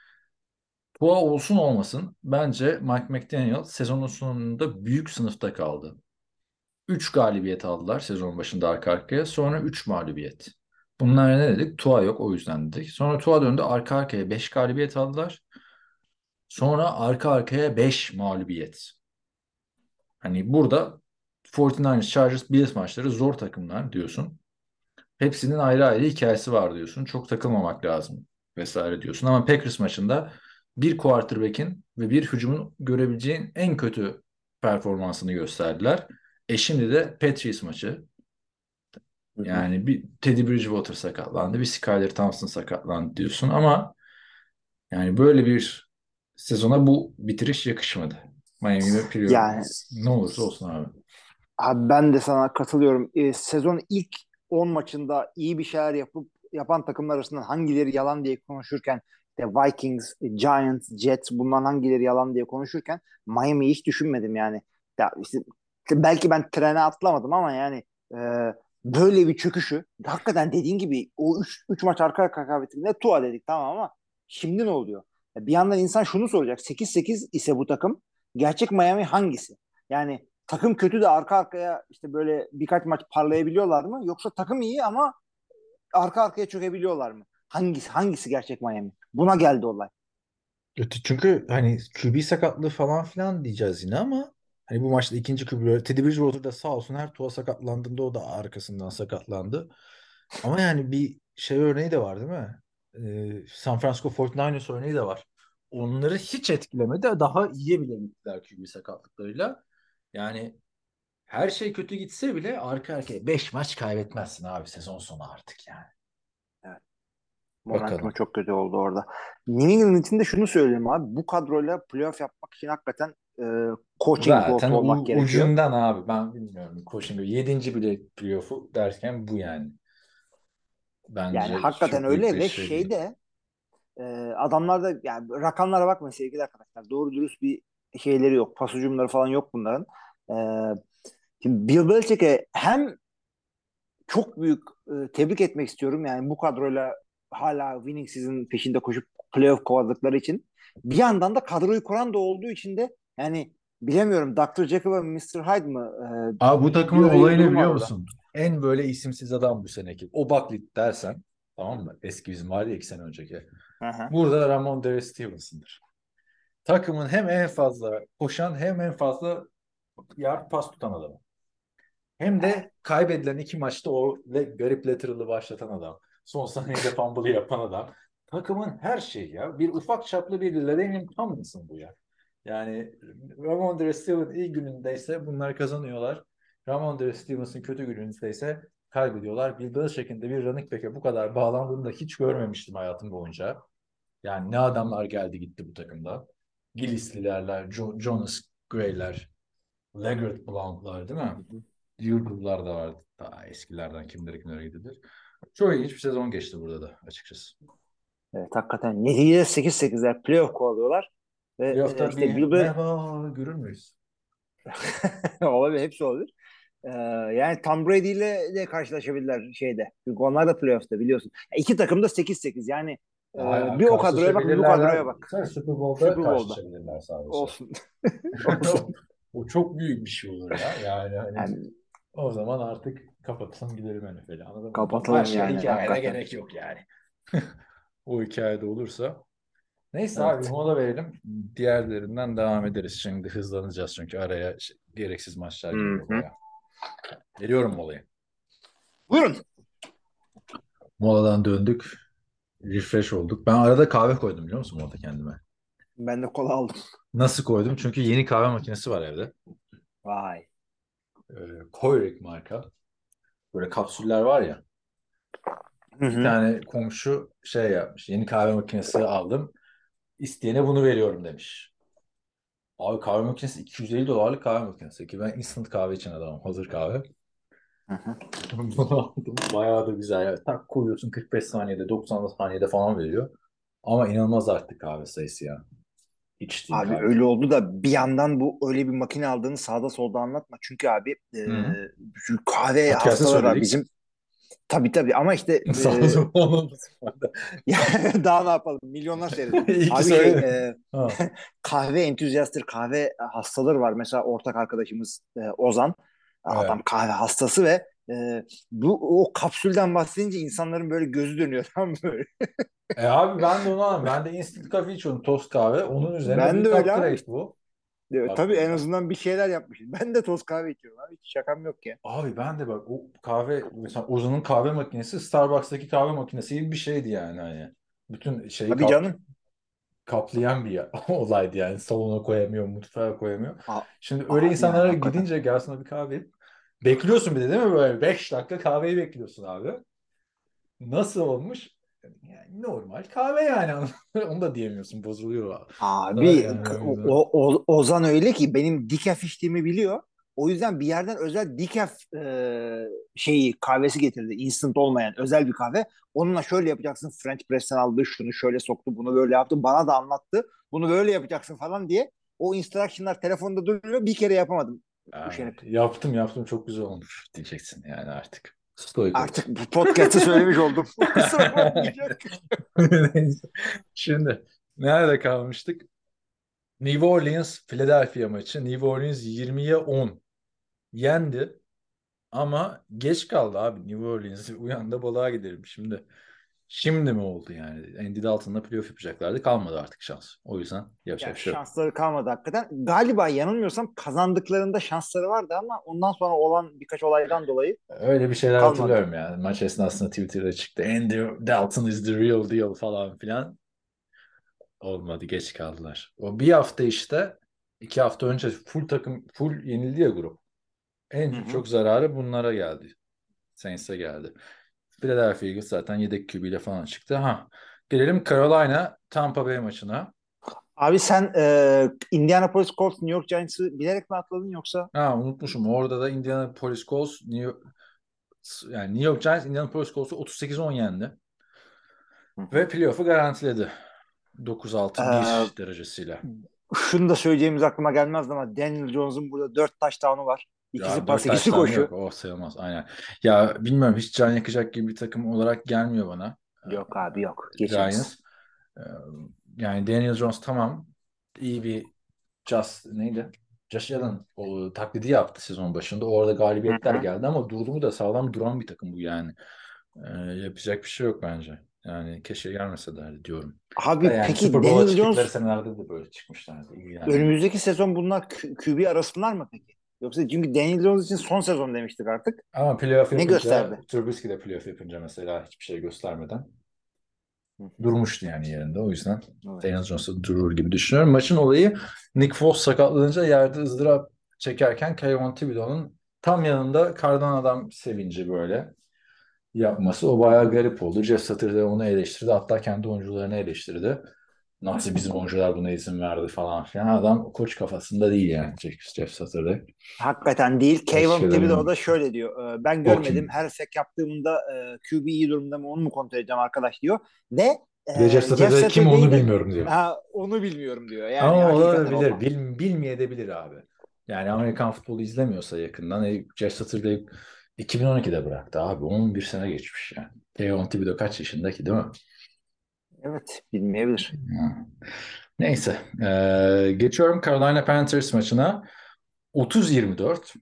Tua olsun olmasın bence Mike McDaniel sezonun sonunda büyük sınıfta kaldı. 3 galibiyet aldılar sezon başında arka arkaya. Sonra 3 mağlubiyet. Bunlar ne dedik? Tua yok o yüzden dedik. Sonra Tua döndü arka arkaya 5 galibiyet aldılar. Sonra arka arkaya 5 mağlubiyet. Hani burada 49ers, Chargers, Bills maçları zor takımlar diyorsun. Hepsinin ayrı ayrı hikayesi var diyorsun. Çok takılmamak lazım vesaire diyorsun. Ama Packers maçında bir quarterback'in ve bir hücumun görebileceğin en kötü performansını gösterdiler. Şimdi de Patriots maçı. Hı hı. Yani bir Teddy Bridgewater sakatlandı, bir Skylar Thompson sakatlandı diyorsun ama yani böyle bir sezona bu bitiriş yakışmadı. Miami ve playoff Yani ne olursa olsun abi. abi ben de sana katılıyorum. Sezon ilk 10 maçında iyi bir şeyler yapan takımlar arasından hangileri yalan diye konuşurken işte Vikings, Giants, Jets bunların hangileri yalan diye konuşurken Miami'yi hiç düşünmedim yani. Ya işte belki ben trene atlamadım ama yani e, böyle bir çöküşü hakikaten dediğin gibi o 3 maç arka arka kaybettiğinde Tua dedik tamam ama şimdi ne oluyor? Bir yandan insan şunu soracak. 8-8 ise bu takım gerçek Miami hangisi? Yani takım kötü de arka arkaya işte böyle birkaç maç parlayabiliyorlar mı? Yoksa takım iyi ama arka arkaya çökebiliyorlar mı? Hangisi gerçek Miami? Buna geldi olay. Çünkü hani QB sakatlığı falan filan diyeceğiz yine ama hani bu maçta ikinci QB Teddy Bridgewater da sağ olsun her tuğa sakatlandığında o da arkasından sakatlandı. Ama yani bir şey örneği de var değil mi? San Francisco 49ers örneği de var. Onları hiç etkilemedi. Daha iyiye bile gittiler QB sakatlıklarıyla. Yani her şey kötü gitse bile arka arkaya 5 maç kaybetmezsin abi sezon sonu artık yani. Evet. Momentumu Bakalım. çok kötü oldu orada. New England için de şunu söyleyeyim abi. Bu kadroyla playoff yapmak için hakikaten coaching Zaten goat olmak gerekiyor. ucundan abi ben bilmiyorum. Koşun yedinci bile playoff'u derken bu yani. Yani Bence hakikaten çok büyük öyle bir ve şey değil. şeyde adamlar da yani rakamlara bakmayın sevgili arkadaşlar. Doğru dürüst bir şeyleri yok. Pas hücumları falan yok bunların. E, Şimdi Bill Belichick'e hem çok büyük tebrik etmek istiyorum. Yani bu kadroyla hala winning season peşinde koşup playoff kovaladıkları için. Bir yandan da kadroyu kuran da olduğu için de yani bilemiyorum Dr. Jekyll ve Mr. Hyde mı Abi bu takımın bir öyle bir olayını durum var biliyor orada. musun? En böyle isimsiz adam bu seneki. O Buckley dersen tamam mı? Eski bizim vardı ya 2 sene önceki. Hı hı. Burada Ramondre Stevenson'dır. Takımın hem en fazla koşan hem en fazla yard pas tutan adamı. Hem de kaybedilen 2 maçta o garip lateral'ı başlatan adam. Son saniyede fumble'ı yapan adam. Takımın her şeyi ya. Bir ufak çaplı bir Ladainian Tomlinson bu ya. Yani Ramondre Stevenson iyi günündeyse bunlar kazanıyorlar. Ramondre Stevenson kötü günündeyse kaybediyorlar. Bill Belichick'in de bir running back'e bu kadar bağlandığını da hiç görmemiştim hayatım boyunca. Yani ne adamlar geldi gitti bu takımda. Gillislilerler, Jonas Gray'ler, Legarrette Blount'lar değil mi? Yıldızlar da vardı. Daha eskilerden kimlere gidilir. Çok ilginç bir sezon geçti burada da açıkçası. Evet hakikaten neticede 8-8'ler playoff kovalıyorlar ve Playoff'ta işte bir Bill Belichick merhaba görür müyüz? olabilir hepsi olabilir. Yani Tom Brady ile de karşılaşabilirler şeyde. Çünkü onlar da playoff'ta biliyorsun. İki takım da 8-8 yani Hala bir o kadroya bak bir bu karşılaşabilirler. kadroya bak. Sadece Super Bowl'da Super Bowl'da. karşılaşabilirler sadece. Olsun. Olsun. O çok büyük bir şey olur ya. Yani hani Yani o zaman artık kapatalım gidelim NFL'i. Anladın mı? kapatalım Başka yani hikayene hakikaten. gerek yok yani. O hikayede olursa. Neyse abi Evet. mola verelim. Diğerlerinden devam ederiz. Şimdi hızlanacağız çünkü araya gereksiz maçlar giriyor Hı-hı. baya. Veriyorum molayı. Buyurun. Moladan döndük. Refresh olduk. Ben arada kahve koydum biliyor musun orada kendime? Ben de kola aldım. Nasıl koydum? Çünkü yeni kahve makinesi var evde. Vay. Keurig marka. Böyle kapsüller var ya. Bir Hı-hı. tane komşu şey yapmış. Yeni kahve makinesi aldım. İsteyene bunu veriyorum demiş. Abi kahve makinesi $250 kahve makinesi ki ben instant kahve için adamım. Hazır kahve. Hı-hı. Bunu aldım. Bayağı da güzel. Yani tak koyuyorsun 45 saniyede 90 saniyede falan veriyor. Ama inanılmaz arttı kahve sayısı ya. İçtiğim Abi kahve. öyle oldu da bir yandan bu öyle bir makine aldığını sağda solda anlatma. Çünkü abi Hı. şu kahve Podcast'ta hastaları var. söyledik. Bizim tabii ama işte Sağ olun. ya, daha ne yapalım? Milyonlar seyrediyor. İyi ki Abi söyledin. Ha. kahve entüzyastır, kahve hastaları var. Mesela ortak arkadaşımız Ozan. Evet. Adam kahve hastası ve bu o kapsülden bahsedince insanların böyle gözü dönüyor tam böyle. Abi ben de onu anladım. Ben de instant kahve içiyorum. Tost kahve. Onun üzerine Ben de büyük öyle abi. upgrade bu. Tabii en Baktığında. azından bir şeyler yapmışız. Ben de toz kahve içiyorum abi. Hiç şakam yok ya. Abi ben de bak o kahve mesela Ozan'ın kahve makinesi Starbucks'taki kahve makinesi gibi bir şeydi yani hani. Bütün şeyi Tabii canım. kaplayan bir olaydı yani. Salona koyamıyor, mutfağa koyamıyor. A- Şimdi öyle abi yani insanlara hakikaten. gidince gel sana bir kahve yap. Bekliyorsun bir de değil mi böyle 5 dakika kahveyi bekliyorsun abi. Nasıl olmuş? Yani normal kahve yani. Onu da diyemiyorsun. Bozuluyor. Abi Yani o yüzden. Ozan öyle ki benim decaf içtiğimi biliyor. O yüzden bir yerden özel decaf şeyi kahvesi getirdi. Instant olmayan özel bir kahve. Onunla şöyle yapacaksın. French press'ten aldı. Şunu şöyle soktu. Bunu böyle yaptı. Bana da anlattı. Bunu böyle yapacaksın falan diye. O instruction'lar telefonda duruyor. Bir kere yapamadım. Üşenip. Yaptım çok güzel olmuş diyeceksin yani artık. Stoik Artık olacaksın. bu podcast'ı söylemiş oldum. Kusura bakmayacak. Neyse. Şimdi nerede kalmıştık? New Orleans Philadelphia maçı. New Orleans 20'ye 10 yendi. Ama geç kaldı abi. New Orleans uyan da balığa gidelim. Şimdi mi oldu yani? Andy Dalton'la playoff yapacaklardı. Kalmadı artık şans. O yüzden yapacak Ya bir şey yok. şansları kalmadı hakikaten. Galiba yanılmıyorsam kazandıklarında şansları vardı ama ondan sonra olan birkaç olaydan dolayı Öyle bir şeyler kalmadı. hatırlıyorum yani. Maç esnasında Twitter'da çıktı. Andy Dalton is the real deal falan filan. Olmadı. Geç kaldılar. O bir hafta işte 2 hafta önce full takım full yenildi ya grup. En Hı hı. çok zararı bunlara geldi. Saints'e geldi. Philadelphia Eagles zaten yedek QB ile falan çıktı. Gelelim Carolina Tampa Bay maçına. Abi sen Indianapolis Colts New York Giants'ı bilerek mi atladın yoksa? Unutmuşum. Orada da Indianapolis Colts yani New York Giants Indianapolis Colts'u 38-10 yendi. Hı Ve hı. playoff'u garantiledi. E, 9-6-1 derecesiyle. Şunu da söyleyeceğimiz aklıma gelmezdi ama Daniel Jones'un burada 4 touchdown'u var. İkisi Ya pas, 4 ikisi taştan yok. koşu. O sayılmaz. Aynen. Ya bilmiyorum hiç can yakacak gibi bir takım olarak gelmiyor bana. Yok abi yok. Giants. Geçemez. Ee, Yani Daniel Jones tamam. İyi bir neydi? Josh Allen o taklidi yaptı sezon başında. Orada Hı galibiyetler hı. geldi ama durdu mu da sağlam duran bir takım bu yani. Yapacak bir şey yok bence. Yani keşke gelmeselerdi diyorum. Da Abi yani Super peki Bowl'a Daniel çıktıkları Jones senelerde de böyle çıkmışlardı. İlgilenmiyor. önümüzdeki sezon bunlar QB arasınlar mı peki? Yoksa çünkü Daniel Jones için son sezon demiştik artık. Ama playoff Ne yapınca, gösterdi? Trubisky de playoff yapınca mesela hiçbir şey göstermeden Hı hı. durmuştu yani yerinde. O yüzden Daniel Evet. Jones'u durur gibi düşünüyorum. Maçın olayı Nick Foles sakatlanınca yerde ızdırap çekerken Kayvon Thibodeau'nun tam yanında kardan adam sevinci böyle yapması. O bayağı garip oldu. Jeff Saturday onu eleştirdi. Hatta kendi oyuncularını eleştirdi. Nasıl bizim oyuncular buna izin verdi falan filan. Adam koç kafasında değil yani Jeff Saturday. Hakikaten değil. Kayvon Keşke de Thibodeau da bilmiyorum. şöyle diyor. Ben O görmedim. kim? Her sek yaptığımda QB iyi durumda mı onu mu kontrol edeceğim arkadaş diyor. Ve Bir de Jeff Jeff Saturday kim Saturday onu de bilmiyorum diyor. onu bilmiyorum diyor. Yani Ama hakikaten olabilir. olmaz. Bilmeyebilir abi. Yani Amerikan futbolu izlemiyorsa yakından. Jeff Saturday 2012'de bıraktı abi. 11 sene geçmiş yani. Leon Thibodeau kaç yaşındaki değil mi? Evet, bilmeyebilir. Ha. Neyse. Geçiyorum Carolina Panthers maçına. 30-24.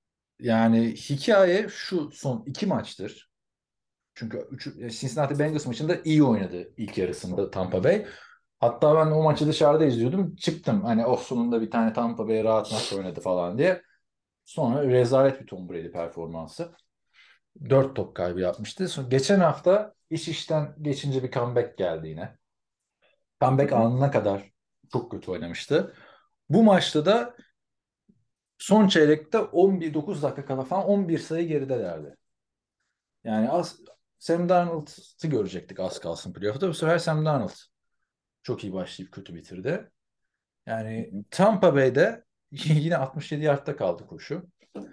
Yani hikaye şu son 2 maçtır. Çünkü Cincinnati Bengals maçında iyi oynadı ilk yarısında Tampa Bay. Hatta ben o maçı dışarıda izliyordum. Çıktım hani sonunda bir tane Tampa Bay rahat maç oynadı falan diye. Sonra rezalet bir Tom Brady performansı. 4 top kaybı yapmıştı. Sonra geçen hafta iş işten geçince bir comeback geldi yine. Hı Comeback hı. anına kadar çok kötü oynamıştı. Bu maçta da son çeyrekte 9 dakika kala falan 11 sayı geridelerdi. Yani Sam Darnold'u görecektik az kalsın playoff'ta. Bu sefer Sam Darnold çok iyi başlayıp kötü bitirdi. Hı Yani hı. Tampa Bay'de yine 67 yardta kaldı koşu.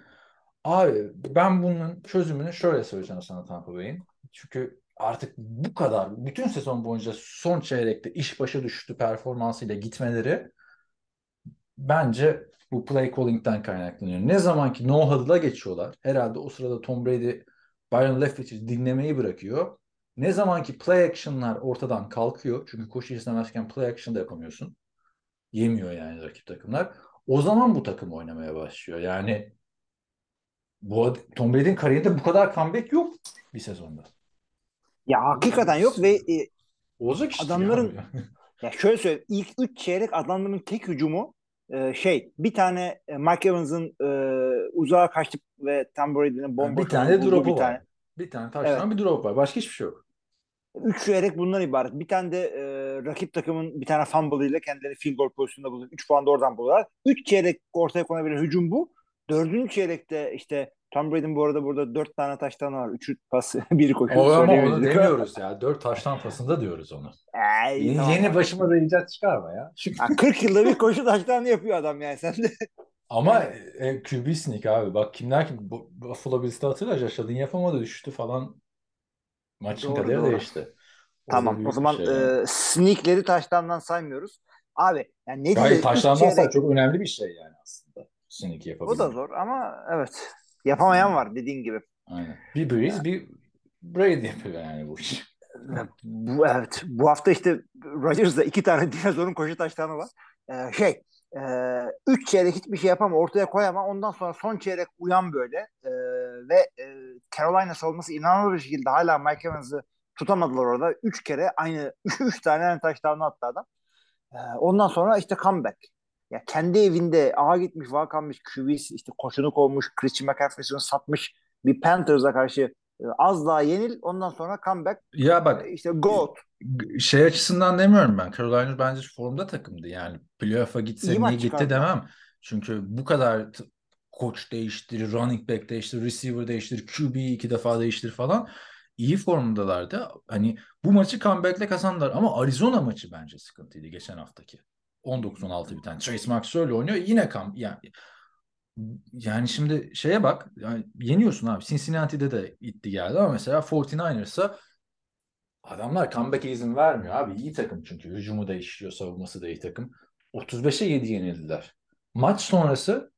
Abi ben bunun çözümünü şöyle söyleyeceğim sana Tampa Bay'in. Çünkü artık bu kadar bütün sezon boyunca son çeyrekte iş başa düştü performansıyla gitmeleri bence bu play calling'den kaynaklanıyor. Ne zaman ki no huddle'a geçiyorlar. Herhalde o sırada Tom Brady Byron Leftwich'i dinlemeyi bırakıyor. Ne zaman ki play action'lar ortadan kalkıyor. Çünkü koşu izlemezken play action da yapamıyorsun. Yemiyor yani rakip takımlar. O zaman bu takım oynamaya başlıyor. Yani Tom Brady'nin kariyerinde bu kadar comeback yok bir sezonda. Ya hakikaten yok ve Olacak iş değil abi. adamların ya şöyle söyleyeyim ilk 3 çeyrek adamların tek hücumu bir tane Mike Evans'ın uzağa kaçtık ve Tom Brady'nin Yani bir bomboş tane onu de bulduğu bir drop'u var. tane. Bir tane Evet. taştan bir drop var. Başka hiçbir şey yok. 3 çeyrek bundan ibaret. Bir tane de rakip takımın bir tane fumble ile kendileri field goal pozisyonunda buluyor. 3 puan da oradan buluyorlar. 3 çeyrek ortaya konabilen hücum bu. Dördüncü çeyrekte işte Tom Brady'nin bu arada burada 4 tane taştan var. 3'ü pas, biri koşu. Ama onu Söyleyemedik. demiyoruz ya. 4 taştan pasında diyoruz onu. Tamam. Yeni başıma da icat çıkarma ya. Ha, 40 yılda bir koşu taştanı yapıyor adam yani sen de. Ama QB sneak abi. Bak kimler kim Buffalo Bills'te hatırla. Josh Allen yapamadı, düştü falan. Maçın Doğru, kaderi doğru. değişti. O da Tamam. O büyük bir zaman şey yani. sneakleri taştandan saymıyoruz. Abi yani Hayır, neticede 3 taşlanmazsa çeyrek çok önemli bir şey yani aslında. Sneak o da yapabilmek. zor ama evet. Yapamayan var dediğin gibi. Aynen. Bir Breeze, bir Brady yapıyor yani bu iş. Evet. Bu hafta işte Rodgers'da 2 tane dinozorun koşu taştanı var. Şey 3 çeyrek hiçbir şey yapama, ortaya koyama. Ondan sonra son çeyrek uyan böyle. Ve Carolina savunması inanılmaz bir şekilde hala Mike Evans'ı tutamadılar orada. 3 kere aynı 3 tane taştanı attı adam. Ondan sonra işte comeback. Ya kendi evinde ağa gitmiş, vaka kalmış, QB'si işte koşunu kovmuş, Christian McCaffrey'sini satmış bir Panthers'a karşı az daha yenil. Ondan sonra comeback Ya bak, işte GOAT. şey açısından demiyorum ben. Carolina bence formda takımdı. Yani playoff'a İyi gitse niye maç gitti çıkardılar. demem. Çünkü bu kadar koç değiştir, running back değiştir, receiver değiştir, QB'yi 2 defa değiştir falan. İyi formdalardı. Hani bu maçı comeback'le kazandılar. Ama Arizona maçı bence sıkıntıydı geçen haftaki. 19-16 biten. Trace McSorley oynuyor. Yine yani şimdi şeye bak. Yani yeniyorsun abi. Cincinnati'de de gitti geldi ama mesela 49ers'a adamlar comeback'e izin vermiyor abi. İyi takım çünkü. Hücumu da işliyor, savunması da iyi takım. 35'e 7 yenildiler. Maç sonrası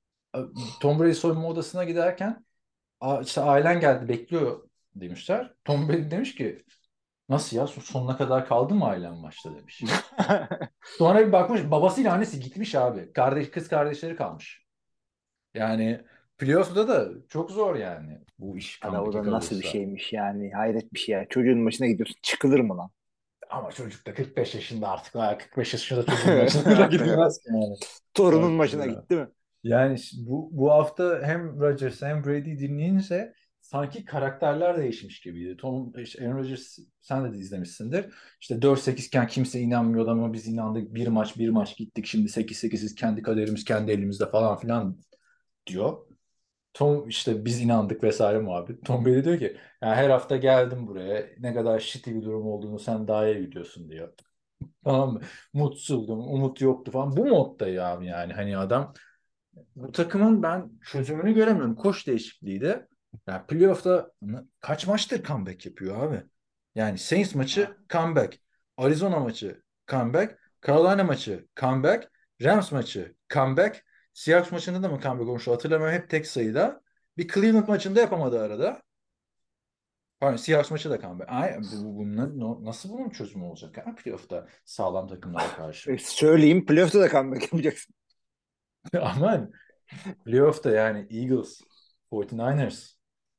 Tom Brady soyunma odasına giderken işte ailen geldi bekliyor demişler. Tom Brady demiş ki nasıl ya, sonuna kadar kaldı mı ailen maçta demiş. Sonra bir bakmış babasıyla annesi gitmiş abi. Kız kardeşleri kalmış. Yani playoff'da da çok zor yani bu iş Hadi o comeback'e da nasıl bir kalırsa. şeymiş yani. Hayret bir şey ya. Çocuğun başına gidiyorsun. Çıkılır mı lan? Ama çocuk da 45 yaşında artık. 45 yaşında çocuğun başına da gidilmez ki yani. Torunun Bak başına ya. gitti mi? Yani bu hafta hem Rodgers hem Brady dinleyince sanki karakterler değişmiş gibiydi. İşte Aaron Rodgers, sen de izlemişsindir. İşte 4-8 iken kimse inanmıyordu ama biz inandık. Bir maç gittik. Şimdi 8-8'iz, kendi kaderimiz kendi elimizde falan filan diyor. Tom işte biz inandık vesaire muhabbet. Tom Brady diyor ki ya her hafta geldim buraya. Ne kadar shitty bir durum olduğunu sen daha iyi biliyorsun diyor. Tamam mı? Mutsuzdum, umut yoktu falan. Bu modda ya yani hani adam bu takımın ben çözümünü göremiyorum. Koç değişikliği de. Yani playoff'ta kaç maçtır comeback yapıyor abi? Yani Saints maçı comeback. Arizona maçı comeback. Carolina maçı comeback. Rams maçı comeback. Seahawks maçında da mı comeback olmuş hatırlamıyorum. Hep tek sayıda. Bir Cleveland maçında yapamadı arada. Pardon, Seahawks maçı da comeback. Nasıl bunun çözümü olacak ya playoff'ta sağlam takımlara karşı? Söyleyeyim playoff'ta da comeback yapacaksın. Aman playoff'ta yani Eagles, 49ers,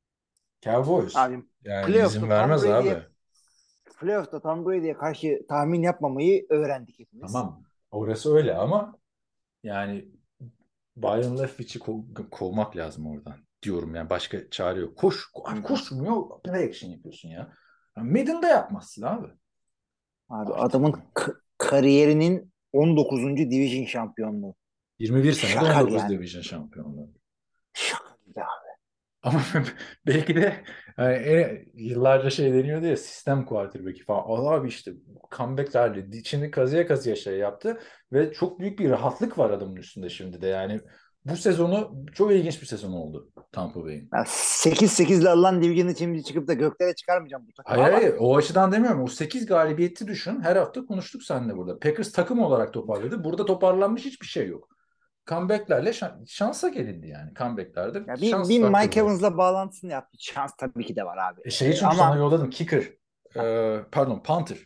Cowboys. Abi Yani playoff'ta izin Tom vermez abi. Brady'ye playoff'ta Tom Brady'ye karşı tahmin yapmamayı öğrendik hepimiz. Tamam. Orası öyle ama yani Byron Leftwich'i kovmak lazım oradan diyorum yani başka çare yok. Hı Abi hı. koşmuyor, play action yapıyorsun ya. Yani Madden'da yapmazsın abi. Abi Artık adamın kariyerinin 19. Division şampiyonluğu. 21 senede Şaka 19 yani. Division şampiyonluğu. Şaka gibi abi. Ama belki de yani yıllarca şey deniyordu ya sistem quarterback'i falan. Allah abi işte comeback'lerle içini kazıya kazıya şey yaptı ve çok büyük bir rahatlık var adamın üstünde şimdi de. Yani bu sezonu çok ilginç bir sezon oldu Tampa Bay'in. Yani 8-8 ile alınan Division'ı şimdi çıkıp da göklere çıkarmayacağım bu takımı Hayır, ama hayır, o açıdan demiyorum. O 8 galibiyeti düşün. Her hafta konuştuk seninle burada. Packers takım olarak toparladı. Burada toparlanmış hiçbir şey yok. Comeback'lerle şansa gelindi yani. Comeback'lerde ya bir şans Mike faktörü. Evans'la bağlantısını yaptı. Şans tabii ki de var abi. Şeyi çünkü sana Ama yolladım. Kicker. Pardon, punter.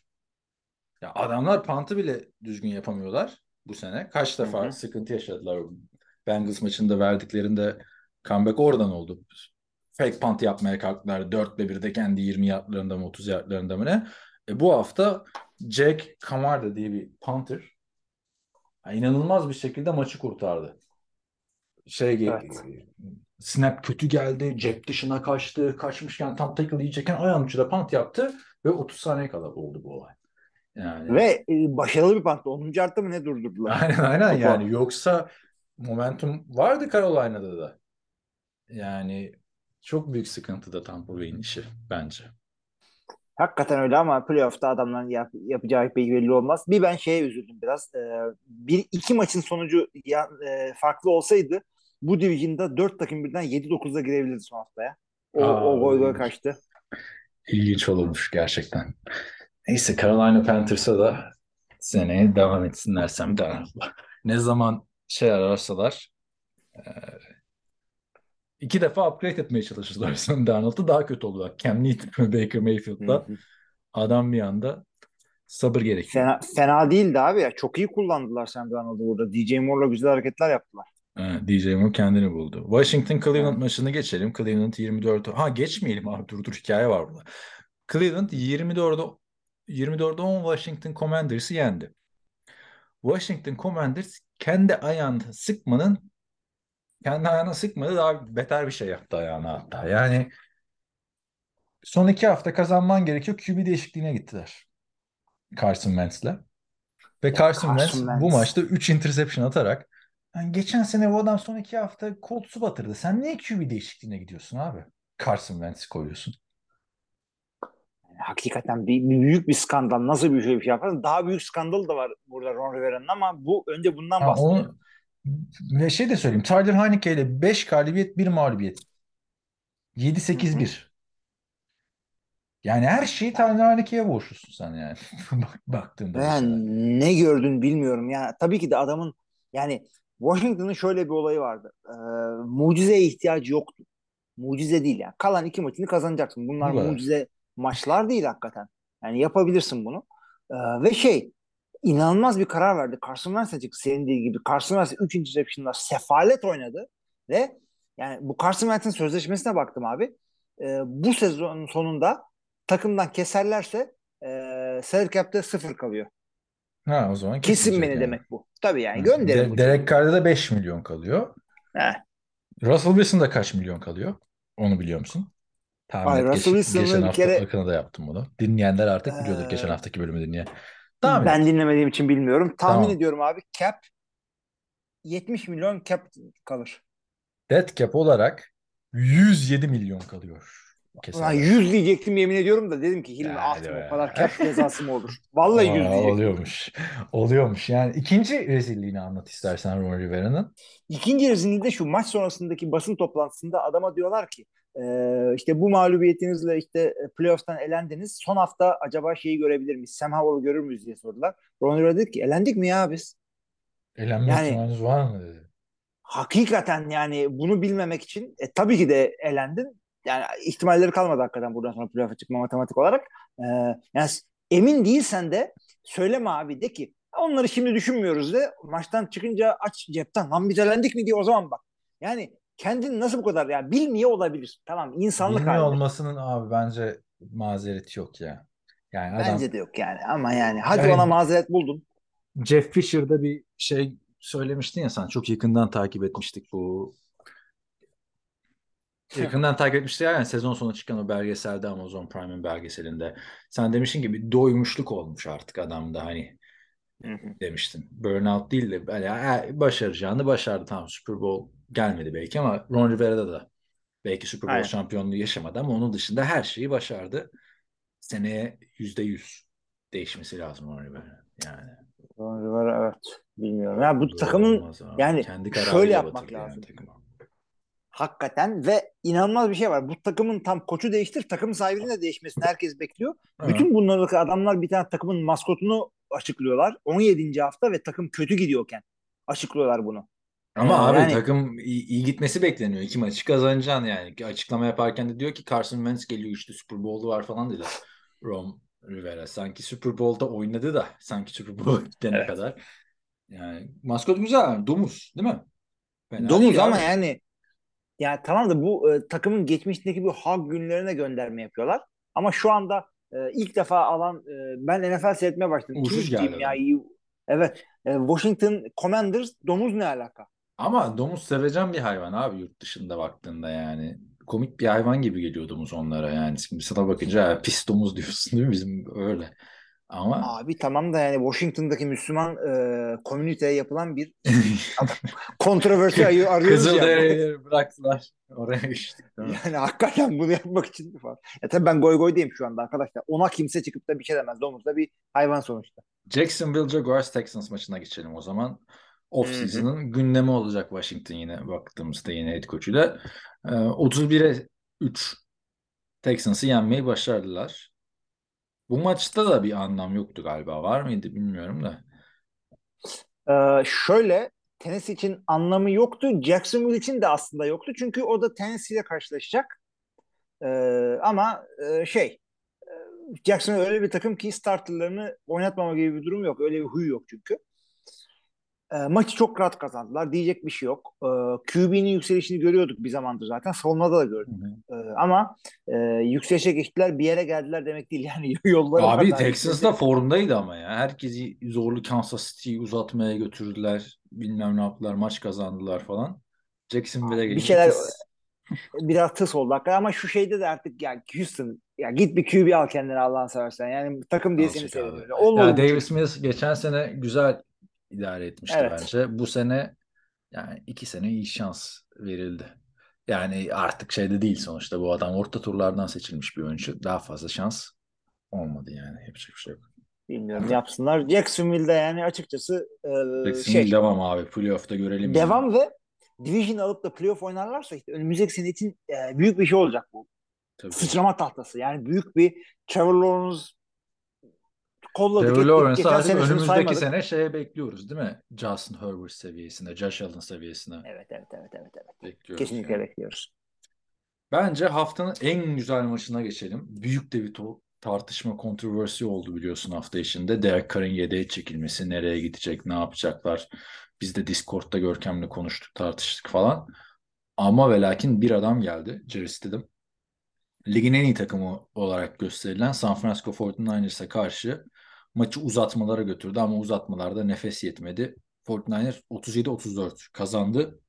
Ya adamlar punt'ı bile düzgün yapamıyorlar bu sene. Kaç hı defa hı. sıkıntı yaşadılar. Bengals maçında verdiklerinde comeback oradan oldu. Fake punt yapmaya kalktılar. 4'le 1'de kendi 20 yardlarında mı 30 yardlarında mı ne? Bu hafta Jack Camarda diye bir punter inanılmaz bir şekilde maçı kurtardı. Evet. Snap kötü geldi. Cep dışına kaçtı. Kaçmışken tam tackle yiyecekken ayağının ucuyla punt yaptı ve 30 saniye kala oldu bu olay. Yani Ve başarılı bir panttı. 10. artı mı ne durdurdular aynen topu. yani yoksa momentum vardı Carolina'da da. Yani çok büyük sıkıntı da Tampa Bay'in işi bence. Hakikaten öyle ama playoff'ta adamların yapacağı pek belli olmaz. Bir ben şeye üzüldüm biraz. Bir iki maçın sonucu farklı olsaydı bu division'da 4 takım birden 7-9'da girebilirdi son haftaya. O gol gol İlginç. kaçtı. İlginç olmuş gerçekten. Neyse Carolina Panthers'a da seneye devam etsinler Sam Darnold'la. Ne zaman şey ararsalar iki defa upgrade etmeye çalışırlar Sam Darnold'u daha kötü oldu. Bak Cam Newton ve Baker Hı Mayfield'da hı. adam bir anda sabır gerekiyor. Fena değildi abi ya. Çok iyi kullandılar Sam Darnold'u burada. DJ Moore'la güzel hareketler yaptılar. DJ Moore kendini buldu. Washington Cleveland Ha. maçını geçelim. Cleveland 24. Ha geçmeyelim abi dur hikaye var burada. Cleveland 24'e 10 Washington Commanders'ı yendi. Washington Commanders kendi ayağına sıkmadı daha beter bir şey yaptı ayağına hatta. Yani son 2 hafta kazanman gerekiyor. QB değişikliğine gittiler Carson Wentz'le. Ve Ya Carson Wentz Carson bu Wentz. maçta 3 interception atarak yani geçen sene bu adam son 2 hafta Colts'u batırdı. Sen niye QB değişikliğine gidiyorsun abi? Carson Wentz'i koyuyorsun. Hakikaten büyük bir skandal. Nasıl bir şey yaparsın? Daha büyük skandal da var burada Ron Rivera'nın ama bu önce bundan Ha, bahsedelim. onu ve şey de söyleyeyim. Tyler Heinicke ile 5 galibiyet 1 mağlubiyet. Hı hı. 7-8-1. Yani her şeyi Tyler Heinicke'ye borçlusun sen yani. Baktığında bu sene. Ne gördün bilmiyorum. Yani tabii ki de adamın yani Washington'ın şöyle bir olayı vardı. Mucizeye ihtiyacı yoktu. Mucize değil yani. Kalan iki maçını kazanacaksın. Bunlar Bu kadar. mucize maçlar değil hakikaten. Yani yapabilirsin bunu. Ve inanılmaz bir karar verdi. Carson Wentz açık senin dediği gibi. Carson Wentz 3 interception'lar sefalet oynadı ve yani bu Carson Wentz'in sözleşmesine baktım abi. Bu sezonun sonunda takımdan keserlerse salary cap'te sıfır kalıyor. Ha o zaman Kesin kesilecek beni yani. demek bu. Tabii yani Ha, gönderin bu Derek çocuğu. Carr'da da 5 milyon kalıyor. Heh. Russell Wilson'da kaç milyon kalıyor? Onu biliyor musun? Tahmin Ay et. Russell Geçen Wilson'ı bir hafta kere Akın'a da yaptım bunu. Dinleyenler artık biliyordur geçen e, haftaki bölümü dinleyen. Tahmin ben et. dinlemediğim için bilmiyorum. Tahmin Tamam. ediyorum abi cap 70 milyon cap kalır. Dead cap olarak 107 milyon kalıyor. Ulan Keserlerse. 100 diyecektim yemin ediyorum da dedim ki Hilmi Hadi artık o be. kadar cap cezası mı olur? Vallahi 100 diyecektim. Oluyormuş. Oluyormuş. Yani ikinci rezilliğini anlat istersen Ron Rivera'nın. İkinci rezilliği şu maç sonrasındaki basın toplantısında adama diyorlar ki işte bu mağlubiyetinizle işte playoff'tan elendiniz. Son hafta acaba şeyi görebilir miyiz? Sam Howell'ı görür müyüz diye sordular. Ron Rivera dedi ki elendik mi ya biz? Elenme Yani ihtimaliniz var mı dedi. hakikaten yani bunu bilmemek için tabii ki de elendin. Yani ihtimalleri kalmadı hakikaten buradan sonra playoff'a çıkma matematik olarak. Yani emin değilsen de söyleme abi de ki onları şimdi düşünmüyoruz de maçtan çıkınca aç cepten lan biz elendik mi diye o zaman bak. Yani kendini nasıl bu kadar ya bilmiyor olabilir. Tamam insanlık Bilmiyor hali. olmasının abi bence mazereti yok ya. Yani adam Bence de yok yani ama yani hadi ona yani mazeret buldum. Jeff Fisher'da bir şey söylemiştin ya sen çok yakından takip etmiştik bu. Yakından takip etmiştik yani sezon sonu çıkan o belgeselde Amazon Prime'in belgeselinde. Sen demiştin ki bir doymuşluk olmuş artık adamda hani Hı hı. demiştin. Burnout değil de hani, başaracağını başardı. Tamam Super Bowl gelmedi belki ama Ron Rivera'da da belki Super Bowl Aynen. şampiyonluğu yaşamadı ama onun dışında her şeyi başardı. Seneye %100 değişmesi lazım Ron Rivera'nın. Yani Ron Rivera evet bilmiyorum. Ya bu böyle takımın olmaz abi. yani Kendi şöyle kararıyla yapmak batırdı yani lazım. takımı. Hakikaten ve inanılmaz bir şey var. Bu takımın tam koçu değiştir, takım sahibinin de değişmesini herkes bekliyor. Ha. Bütün bunlardaki adamlar bir tane takımın maskotunu açıklıyorlar. 17. hafta ve takım kötü gidiyorken açıklıyorlar bunu. Ama abi Yani takım iyi gitmesi bekleniyor. 2 maçı kazanacaksın yani. Açıklama yaparken de diyor ki Carson Wentz geliyor işte Super Bowl'u var falan dedi. Ron Rivera. Sanki Super Bowl'da oynadı da sanki Super Bowl gidene evet. kadar. Yani maskot güzel. Domuz değil mi? Fena Domuz değil ama abi. yani ya tamam da bu takımın geçmişteki bu halk günlerine gönderme yapıyorlar. Ama şu anda ilk defa ben NFL seyretmeye başladım. Kimi Uğursuz geldi tutayım ya? adam. Evet. Washington Commanders domuz ne alaka? Ama domuz sevecen bir hayvan abi yurt dışında baktığında yani. Komik bir hayvan gibi geliyor domuz onlara yani. Şimdi sana bakınca pis domuz diyorsun değil mi? Bizim öyle. Ama Abi tamam da yani Washington'daki Müslüman komüniteye yapılan bir kontroversi arıyoruz ya. Kızılderilileri bıraktılar. Oraya geçtik değil mi? Yani hakikaten bunu yapmak için falan. Ya tabii ben goy goy diyeyim şu anda arkadaşlar. Ona kimse çıkıp da bir şey demez. Domuz da bir hayvan sonuçta. Jacksonville Jaguars Texans maçına geçelim o zaman. Hı hı. Off-season'ın gündemi olacak Washington yine baktığımızda yine head coach'uyla. 31'e 3 Texans'ı yenmeyi başardılar. Bu maçta da bir anlam yoktu galiba. Var mıydı bilmiyorum da. Şöyle Tennessee için anlamı yoktu. Jacksonville için de aslında yoktu. Çünkü o da Tennessee ile karşılaşacak. Ama Jacksonville öyle bir takım ki starterlarını oynatmama gibi bir durum yok. Öyle bir huy yok çünkü. Maçı çok rahat kazandılar. Diyecek bir şey yok. QB'nin yükselişini görüyorduk bir zamandır zaten. Savunmada da Hı gördük. hı. Ama yükselişe geçtiler bir yere geldiler demek değil. Yani yolları var Abi daha Texans gitmesi. da formdaydı ama ya. Herkesi zorlu Kansas City'yi uzatmaya götürdüler. Bilmem ne yaptılar. Maç kazandılar falan. Jacksonville'e Bir gelince şeyler tıs. biraz tıs oldu hakikaten ama şu şeyde de artık ya Houston ya git bir QB al kendine Allah'ını seversen. Yani takım diye seni Alacak abi. seviyorum. Olmadı Ya mı bu Davis çocuk? Mills geçen sene güzel idare etmişti Evet. bence. Bu sene yani 2 sene iyi şans verildi. Yani artık şeyde değil sonuçta bu adam orta turlardan seçilmiş bir oyuncu. Daha fazla şans olmadı yani. Yapacak bir şey yok. Bilmiyorum ne yapsınlar. Jacksonville'de yani açıkçası Jacksonville devam abi. Playoff'ta görelim yani. devam ve division alıp da playoff oynarlarsa işte önümüzdeki sene için büyük bir şey olacak bu. Tabii tabii. Sıçrama tahtası. Yani büyük bir Trevor Lawrence kolladık Trevor ettik. Lawrence Geçen artık senesini önümüzdeki saymadık. sene şeye bekliyoruz değil mi? Justin Herbert seviyesine, Josh Allen seviyesine Evet. bekliyoruz Kesinlikle yani. bekliyoruz. Bence haftanın en güzel maçına geçelim. Büyük de bir tartışma, kontroversi oldu biliyorsun hafta içinde. Derek Carr'ın yedeğe çekilmesi, nereye gidecek, ne yapacaklar. Biz de Discord'da Görkem'le konuştuk, tartıştık falan. Ama ve lakin bir adam geldi, Jerry Stidham. Ligin en iyi takımı olarak gösterilen San Francisco 49ers'a karşı maçı uzatmalara götürdü ama uzatmalarda nefes yetmedi. 49ers 37-34 kazandı.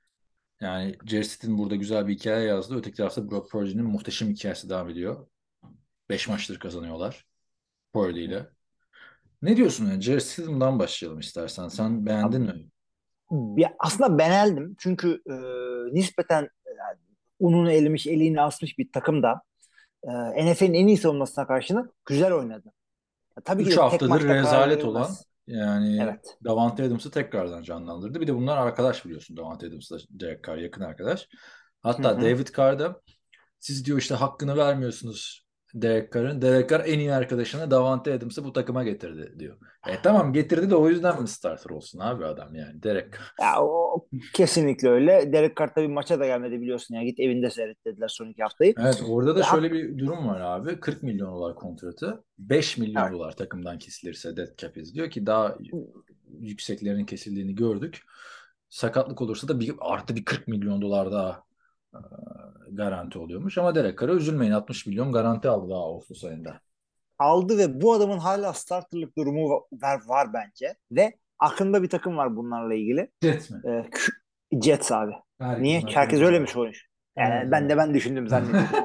Yani Jerry Stidham burada güzel bir hikaye yazdı. Öteki tarafta Brock Purdy'nin muhteşem hikayesi devam ediyor. 5 maçtır kazanıyorlar Purdy ile. Ne diyorsun yani? Jerry Stidham'dan başlayalım istersen. Sen beğendin Abi, mi? aslında beneldim. Çünkü nispeten ununu elemiş, eliğini asmış bir takım da NFL'in en iyi savunmasına karşını güzel oynadı. Tabii ki 3 de tek haftadır maçta karar rezalet olan verilmez. yani Evet. Davante Adams'ı tekrardan canlandırdı. Bir de bunlar arkadaş biliyorsun Davante Adams'la Derek Carr yakın arkadaş. Hı Hatta hı. David Carr da siz diyor işte hakkını vermiyorsunuz Derek Carr'ın. Derek Carr en iyi arkadaşını Davante Adams'ı bu takıma getirdi diyor. Tamam getirdi de o yüzden mi starter olsun abi adam yani Derek Carr. Ya o kesinlikle öyle. Derek Carr tabii maça da gelmedi biliyorsun ya. Git evinde seyret dediler son iki haftayı. Evet orada da Hak, şöyle bir durum var abi. 40 milyon dolar kontratı. 5 milyon evet. dolar takımdan kesilirse dead cap diyor ki daha yükseklerinin kesildiğini gördük. Sakatlık olursa da artı bir 40 milyon dolar daha e, garanti oluyormuş. Ama Derek Carr'a üzülmeyin 60 milyon garanti aldı daha Ağustos ayında. Aldı ve bu adamın hala starterlık durumu var bence. Ve aklında bir takım var bunlarla ilgili. Jet mi? Jets abi. Niye? Herkesin Herkes aklında öyle mi var. sonuç? Evet, Ben de evet. ben düşündüm zannediyordum.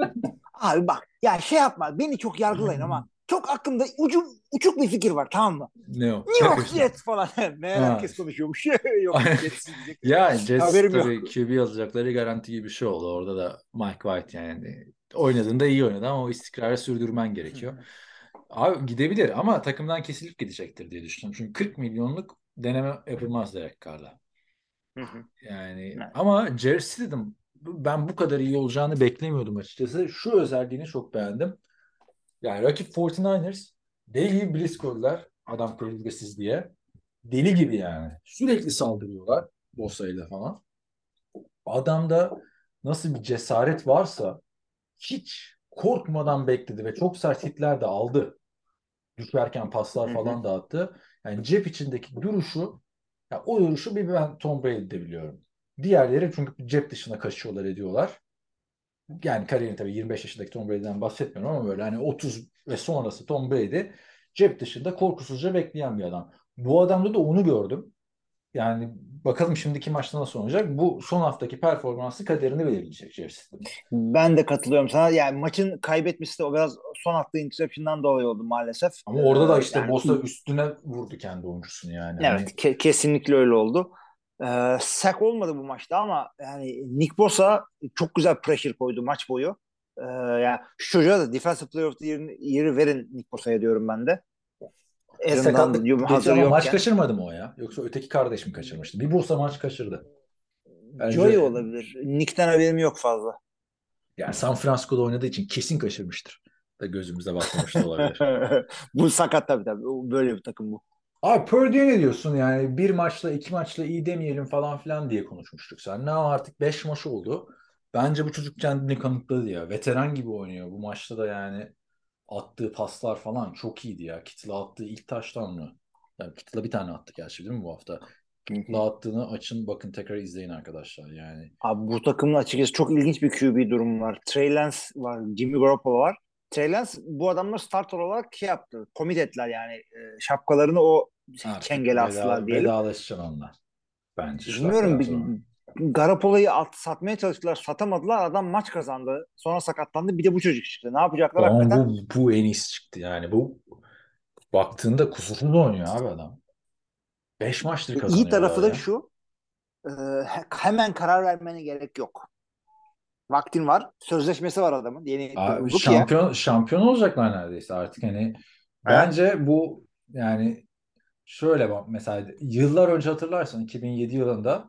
Abi bak ya şey yapma beni çok yargılayın ama çok aklımda uçuk bir fikir var tamam mı? Ne o? New York Yakıştı. Jets falan. Meğer Ha. herkes konuşuyormuş. Yok Jets diyecektim. Ya Jets Haberim yok. tabii QB alacakları garanti gibi bir şey oldu. Orada da Mike White yani oynadığında iyi oynadı ama o istikrarı sürdürmen gerekiyor. Abi gidebilir ama takımdan kesilip gidecektir diye düşünüyorum. Çünkü 40 milyonluk deneme yapılmaz Derek Carr'la. Yani Evet. ama Jerry Stidham ben bu kadar iyi olacağını beklemiyordum açıkçası. Şu özelliğini çok beğendim. Yani rakip 49ers deli gibi blitz koydular adam tehlikesiz diye. Deli gibi yani. Sürekli saldırıyorlar Bosa ile falan. Adamda nasıl bir cesaret varsa hiç korkmadan bekledi ve çok sert hitler de aldı. Düşerken paslar falan dağıttı. Yani cep içindeki duruşu ya o duruşu bir ben Tom Brady'de biliyorum. Diğerleri çünkü cep dışına kaçıyorlar ediyorlar. Yani kariyerin tabii 25 yaşındaki Tom Brady'den bahsetmiyorum ama böyle hani 30 ve sonrası Tom Brady cep dışında korkusuzca bekleyen bir adam. Bu adamda da onu gördüm. Yani bakalım şimdiki maçta nasıl olacak. Bu son haftaki performansı kaderini belirleyecek Jeff Sittin. Ben de katılıyorum sana. Yani maçın kaybetmesi de o biraz son attığı interception'dan dolayı oldu maalesef. Ama orada da işte Yani Bosa üstüne vurdu kendi oyuncusunu yani. evet, Hani kesinlikle öyle oldu. Sack olmadı bu maçta ama yani Nick Bosa çok güzel pressure koydu maç boyu. Yani şu çocuğa da Defensive Player of the Year'ı verin Nick Bosa'ya diyorum ben de. bir Aaron'dan sakatlık geçti hazır ama maç yokken. kaçırmadı mı o ya? Yoksa öteki kardeş mi kaçırmıştı? Bir Bosa maç kaçırdı. Joey Bence olabilir. Nick'ten haberim yok fazla. yani San Francisco'da oynadığı için kesin kaçırmıştır. Da gözümüze batmamış da olabilir. Bu sakat tabii tabii. Böyle bir takım bu. Abi Purdy'ye ne diyorsun? Yani bir maçla iki maçla iyi demeyelim falan filan diye konuşmuştuk seninle ama artık 5 maç oldu. Bence bu çocuk kendini kanıtladı ya. Veteran gibi oynuyor. Bu maçta da yani attığı paslar falan çok iyiydi ya. Kittle attığı ilk taştan mı? Yani Kittle bir tane attı gerçi değil mi bu hafta? Hı Kittle hı. attığını açın bakın tekrar izleyin arkadaşlar. Yani Abi bu takımın açıkçası çok ilginç bir QB durumu var. Trey Lance var, Jimmy Garoppolo var. Trey Lance bu adamlar starter olarak şey yaptı. Commit ettiler yani. Şapkalarını o artık çengele astılar diyelim. vedalaşacaksın onunla. Bence şu Bilmiyorum, dakikadan sonra. Garoppolo'yu satmaya çalıştılar, satamadılar. Adam maç kazandı. Sonra sakatlandı. Bir de bu çocuk çıktı. Ne yapacaklar Ama hakikaten? bu en iyisi çıktı yani. Bu baktığında kusursuz oynuyor abi adam. 5 maçtır İyi tarafı kazanıyorlar da ya. şu. e, Hemen karar vermene gerek yok. Vaktin var. Sözleşmesi var adamın. Yeni Abi rookie. şampiyon olacaklar neredeyse artık hani Evet. bence bu yani şöyle bak mesela yıllar önce hatırlarsan 2007 yılında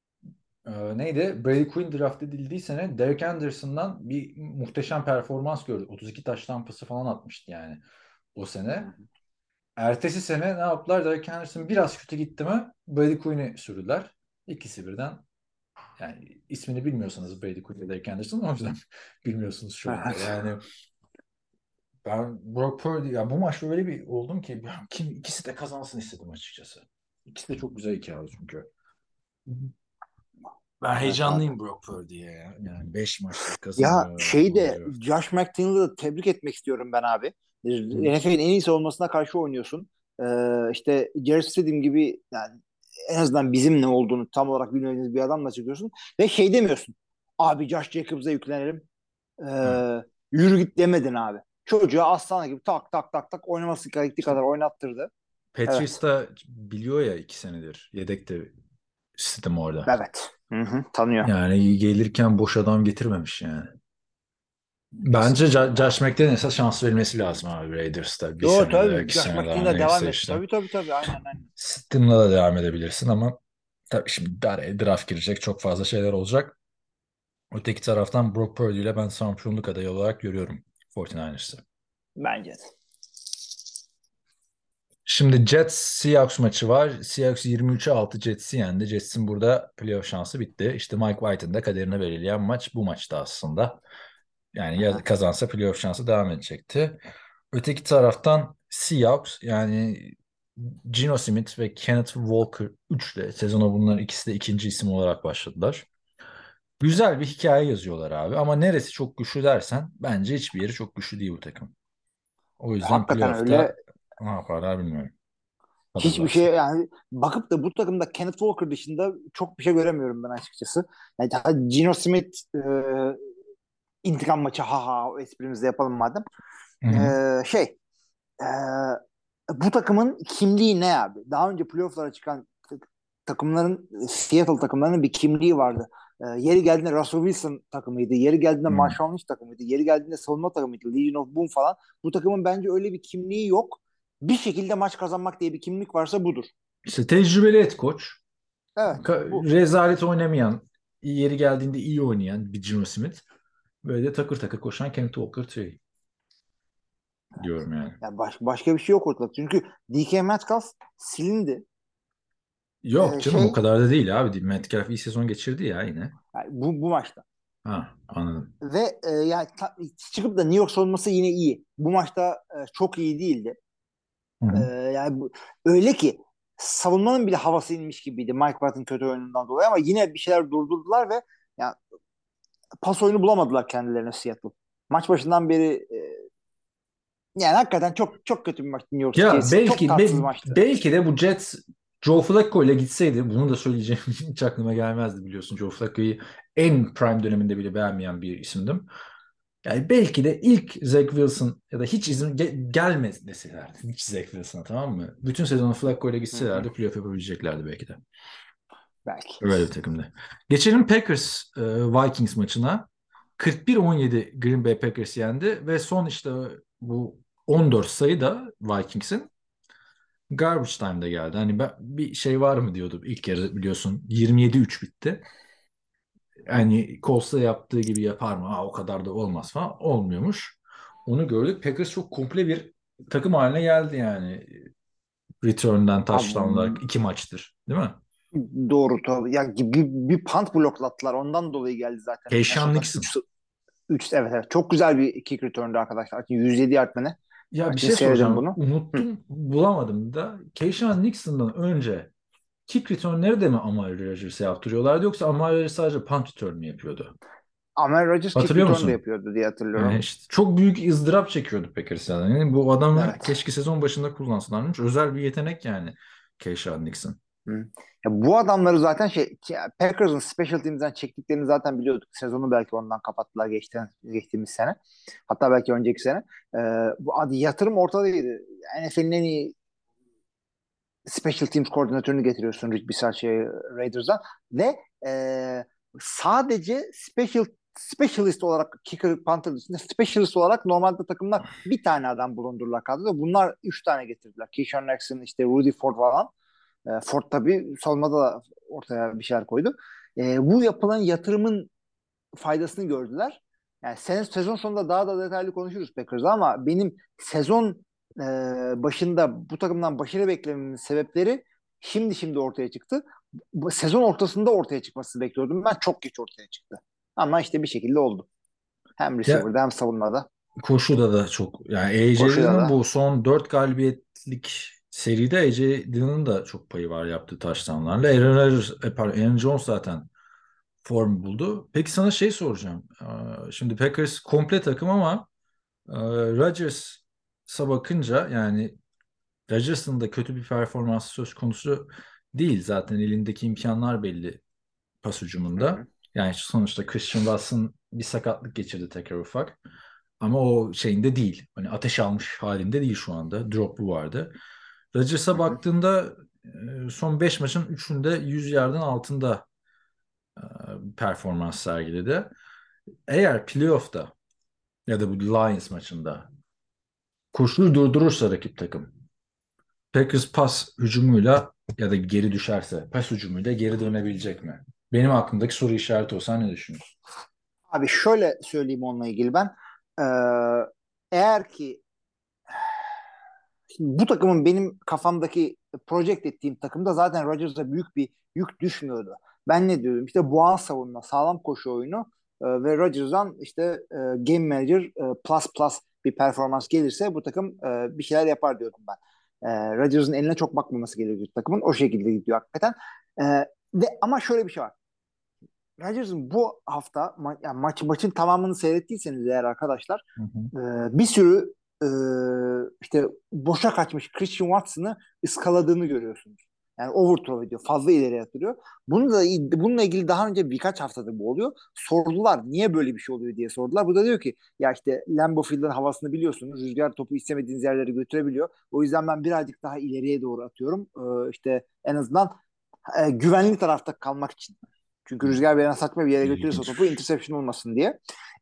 neydi? Brady Quinn draft edildiği sene Derek Anderson'dan bir muhteşem performans gördük. 32 taş tampası falan atmıştı yani o sene. Ertesi sene ne yaptılar? Derek Anderson biraz kötü gitti mi Brady Quinn'i sürdüler. İkisi birden yani ismini bilmiyorsanız Brady Quinn ve Derek Anderson o yüzden bilmiyorsunuz şu anda. Yani ben Brock Purdy ya bu maç öyle bir oldum ki ya kim ikisi de kazansın istedim açıkçası. İkisi de çok güzel hikaye çünkü. Ben Evet abi. heyecanlıyım Brock Purdy'ye ya. Yani 5 maçtır Ya kazanıyor, şeyi de oluyor. Josh McDaniels'ı da tebrik etmek istiyorum ben abi. Hı. NFL'in en iyisi olmasına karşı oynuyorsun. İşte Jared Stidham gibi yani en azından bizim ne olduğunu tam olarak bilmediğiniz bir adamla çıkıyorsun. Ve şey demiyorsun. Abi Josh Jacobs'a yüklenelim. Evet. Yürü git demedin abi. Çocuğa aslan gibi tak tak tak tak oynaması gerektiği İşte kadar oynattırdı. Patriots Evet. da biliyor ya 2 senedir. Yedekte sistem orada. Evet. Hı hı, tanıyor. Yani gelirken boş adam getirmemiş yani. Bence Kesinlikle öyle abi. Josh McDaniels'e şans verilmesi lazım abi Raiders'ta. Bir Yo sene daha, tabii 2 Josh sene daha McDaniel'la devam neyse et. işte. Tabii tabii tabii. Aynen aynen. Sittim'le da devam edebilirsin ama tabii şimdi araya draft girecek çok fazla şeyler olacak. Öteki taraftan Brock Purdy ile ben şampiyonluk adayı olarak görüyorum 49ers'ı. Bence de. Şimdi Jets Seahawks maçı var. Seahawks 23'e 6 Jets'i yendi. Jets'in burada playoff şansı bitti. İşte Mike White'ın da kaderini belirleyen maç bu maçta aslında. Yani ya Aha. kazansa playoff şansı devam edecekti. Öteki taraftan Seahawks yani Geno Smith ve Kenneth Walker üçle sezona bunların ikisi de ikinci isim olarak başladılar. Güzel bir hikaye yazıyorlar abi ama neresi çok güçlü dersen bence hiçbir yeri çok güçlü değil bu takım. O yüzden Hakikaten öyle. playoff'ta ne yaparlar bilmiyorum. Hiçbir şey Kalırlarsa. yani bakıp da bu takımda Kenneth Walker dışında çok bir şey göremiyorum ben açıkçası. Yani daha Geno Smith intikam maçı ha ha o esprimizi de yapalım madem. Hı hı. Şey e, bu takımın kimliği ne abi? Daha önce playoff'lara çıkan takımların Seattle takımlarının bir kimliği vardı. Yeri geldiğinde Russell Wilson takımıydı. Yeri geldiğinde Hı. Marshawn Lynch takımıydı. Yeri geldiğinde savunma takımıydı. Legion of Boom falan. Bu takımın bence öyle bir kimliği yok. Bir şekilde maç kazanmak diye bir kimlik varsa budur. İşte tecrübeli et koç. Evet bu. Rezalet oynamayan, yeri geldiğinde iyi oynayan bir Geno Smith. Böyle de takır takır koşan Kenneth Walker Trey diyorum yani. Yani başka bir şey yok ortada. Çünkü DK Metcalf silindi. Yok canım o Şey kadar da değil abi. Metcalf iyi sezon geçirdi ya yine. yani bu maçta. Ha anladım. Ve yani çıkıp da New York savunması yine iyi. Bu maçta çok iyi değildi. Hı hı. Yani öyle ki savunmanın bile havası inmiş gibiydi Mike White'ın kötü oyunundan dolayı ama yine bir şeyler durdurdular ve yani pas oyunu bulamadılar kendilerine Seattle. Maç başından beri yani hakikaten çok çok kötü bir maçtı New York Ya Jets'in. Çok tatsız maçtı. belki de bu Jets Joe Flacco ile gitseydi, bunu da söyleyeceğim hiç aklıma gelmezdi biliyorsun. Joe Flacco'yu en prime döneminde bile beğenmeyen bir isimdim. Yani belki de ilk Zach Wilson ya da hiç izin gelmez deselerdi. Hiç Zach Wilson'a, tamam mı? Bütün sezonu Flacco ile Hı hı. gitselerdi playoff yapabileceklerdi belki de. Belki. Öyle bir takımdı. Geçelim Packers Vikings maçına. 41-17 Green Bay Packers yendi ve son işte bu 14 sayı da Vikings'in garbage time'da geldi. Hani ben, bir şey var mı diyordum ilk yarı, biliyorsun 27-3 bitti. Yani Colts'ta yaptığı gibi yapar mı? O kadar da olmaz falan. Olmuyormuş. Onu gördük. Packers çok komple bir takım haline geldi yani. Return'dan Abi, touchdown'lar 2 maçtır. Değil mi? doğru tabii. Ya bir punt bloklattılar. Ondan dolayı geldi zaten Keyshawn Minnesota. Nixon. 3 evet evet. Çok güzel bir kick return'du arkadaşlar. 107 yard mı ne? Ya bir Şimdi şey seyredin soracağım. bunu. Hı. Unuttum, bulamadım da. Keyshawn Nixon'dan önce kick return'leri de mi Amari Rodgers'a yaptırıyorlardı, yoksa Amari Rodgers sadece punt return mi yapıyordu? Ama Rodgers kick Hatırlıyor return da musun? yapıyordu diye Yani hatırlıyorum. işte çok büyük ızdırap çekiyordu Packers'tan. Yani bu adamı Evet. keşke sezon başında kullansalarmış. Özel bir yetenek yani Keyshawn Nixon. Hı. Ya bu adamları zaten Packers'ın special team'den çektiklerini zaten biliyorduk. Sezonu belki ondan kapattılar geçtiğimiz sene. Hatta belki önceki sene. Bu adı yatırım ortadaydı. NFL'in en iyi special teams koordinatörünü getiriyorsun Rick Bisaccia Raiders'dan ve sadece specialist olarak kicker punter dışında specialist olarak normalde takımlar bir tane adam bulundururlar kadroda. Bunlar 3 tane getirdiler. Keyshawn Nixon, işte Rudy Ford falan. Ford tabii savunmada da ortaya bir şeyler koydu. Bu yapılan yatırımın faydasını gördüler. Yani sezon sonunda daha da detaylı konuşuruz Packers'da ama benim sezon e, başında bu takımdan başarı beklememin sebepleri şimdi ortaya çıktı. Sezon ortasında ortaya çıkmasını bekliyordum. Ben çok geç ortaya çıktı. Ama işte bir şekilde oldu. Hem Ya receiver'da hem savunmada. koşuda da çok, yani AJ Koşuda Dillon'ın da. bu son 4 galibiyetlik seride AJ Dillon'ın da çok payı var yaptığı touchdownlarla. Aaron Jones zaten form buldu. Peki sana şey soracağım. Şimdi Packers komple takım ama Rodgers'a bakınca, yani Rodgers'ın da kötü bir performansı söz konusu değil. Zaten elindeki imkanlar belli pas Hı hücumunda. hı. Yani sonuçta Christian Watson bir sakatlık geçirdi tekrar ufak. Ama o şeyinde değil. Hani ateş almış halinde değil şu anda. Drop'u vardı. Rodgers'a Hı hı. baktığında son 5 maçın 3'ünde 100 yardın altında performans sergiledi. Eğer playoff'ta ya da bu Lions maçında koşuyu durdurursa rakip takım, Packers pas hücumuyla ya da geri düşerse pas hücumuyla geri dönebilecek mi? Benim aklımdaki soru işareti o. Sen ne düşünüyorsun? Abi şöyle söyleyeyim onunla ilgili ben. Ee, Eğer ki şimdi bu takımın benim kafamdaki project ettiğim takımda zaten Rodgers'a büyük bir yük düşmüyordu. Ben ne diyordum? İşte boğan savunma, sağlam koşu oyunu ve Rodgers'dan işte game manager plus bir performans gelirse bu takım bir şeyler yapar diyordum ben. Rodgers'ın eline çok bakmaması gerekiyor takımın. O şekilde gidiyor hakikaten. E, ama şöyle bir şey var. Rodgers'ın bu hafta yani maçın tamamını seyrettiyseniz eğer arkadaşlar Hı hı. bir sürü e, işte boşa kaçmış Christian Watson'ı ıskaladığını görüyorsunuz. Yani overthrow ediyor. Fazla ileri atıyor. Bununla ilgili daha önce birkaç haftadır bu oluyor. Sordular niye böyle bir şey oluyor diye sordular. Bu da diyor ki ya işte Lambeau Field'ın havasını biliyorsunuz. Rüzgar topu istemediğiniz yerlere götürebiliyor. O yüzden ben birazcık daha ileriye doğru atıyorum. İşte en azından güvenli tarafta kalmak için. Çünkü rüzgar bir yerden saçma bir yere götürürse İlginç. topu interception olmasın diye.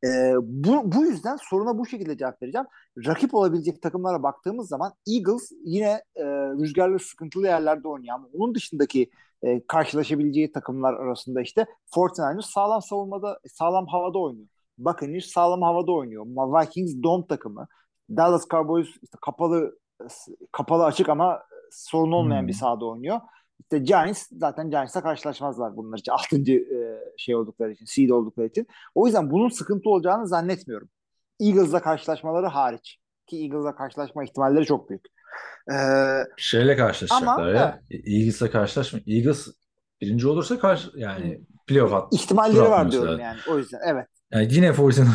Bu yüzden soruna bu şekilde cevap vereceğim. Rakip olabilecek takımlara baktığımız zaman Eagles yine rüzgarlı sıkıntılı yerlerde oynuyor. Ama onun dışındaki karşılaşabileceği takımlar arasında işte 49ers sağlam savunmada, sağlam havada oynuyor. Buccaneers sağlam havada oynuyor. Vikings dome takımı. Dallas Cowboys işte kapalı açık ama sorun olmayan bir Hmm. sahada oynuyor. İşte Giants'la karşılaşmazlar bunlar için. 6. Şey oldukları için, seed oldukları için. O yüzden bunun sıkıntı olacağını zannetmiyorum. Eagles'la karşılaşmaları hariç. Ki Eagles'la karşılaşma ihtimalleri çok büyük. Ee, Şeyle ama karşılaşacaklar evet, ya. Eagles'la karşılaşma. Eagles birinci olursa yani playoff tur ihtimalleri var atması diyorum lazım. yani. O yüzden evet. Yani yine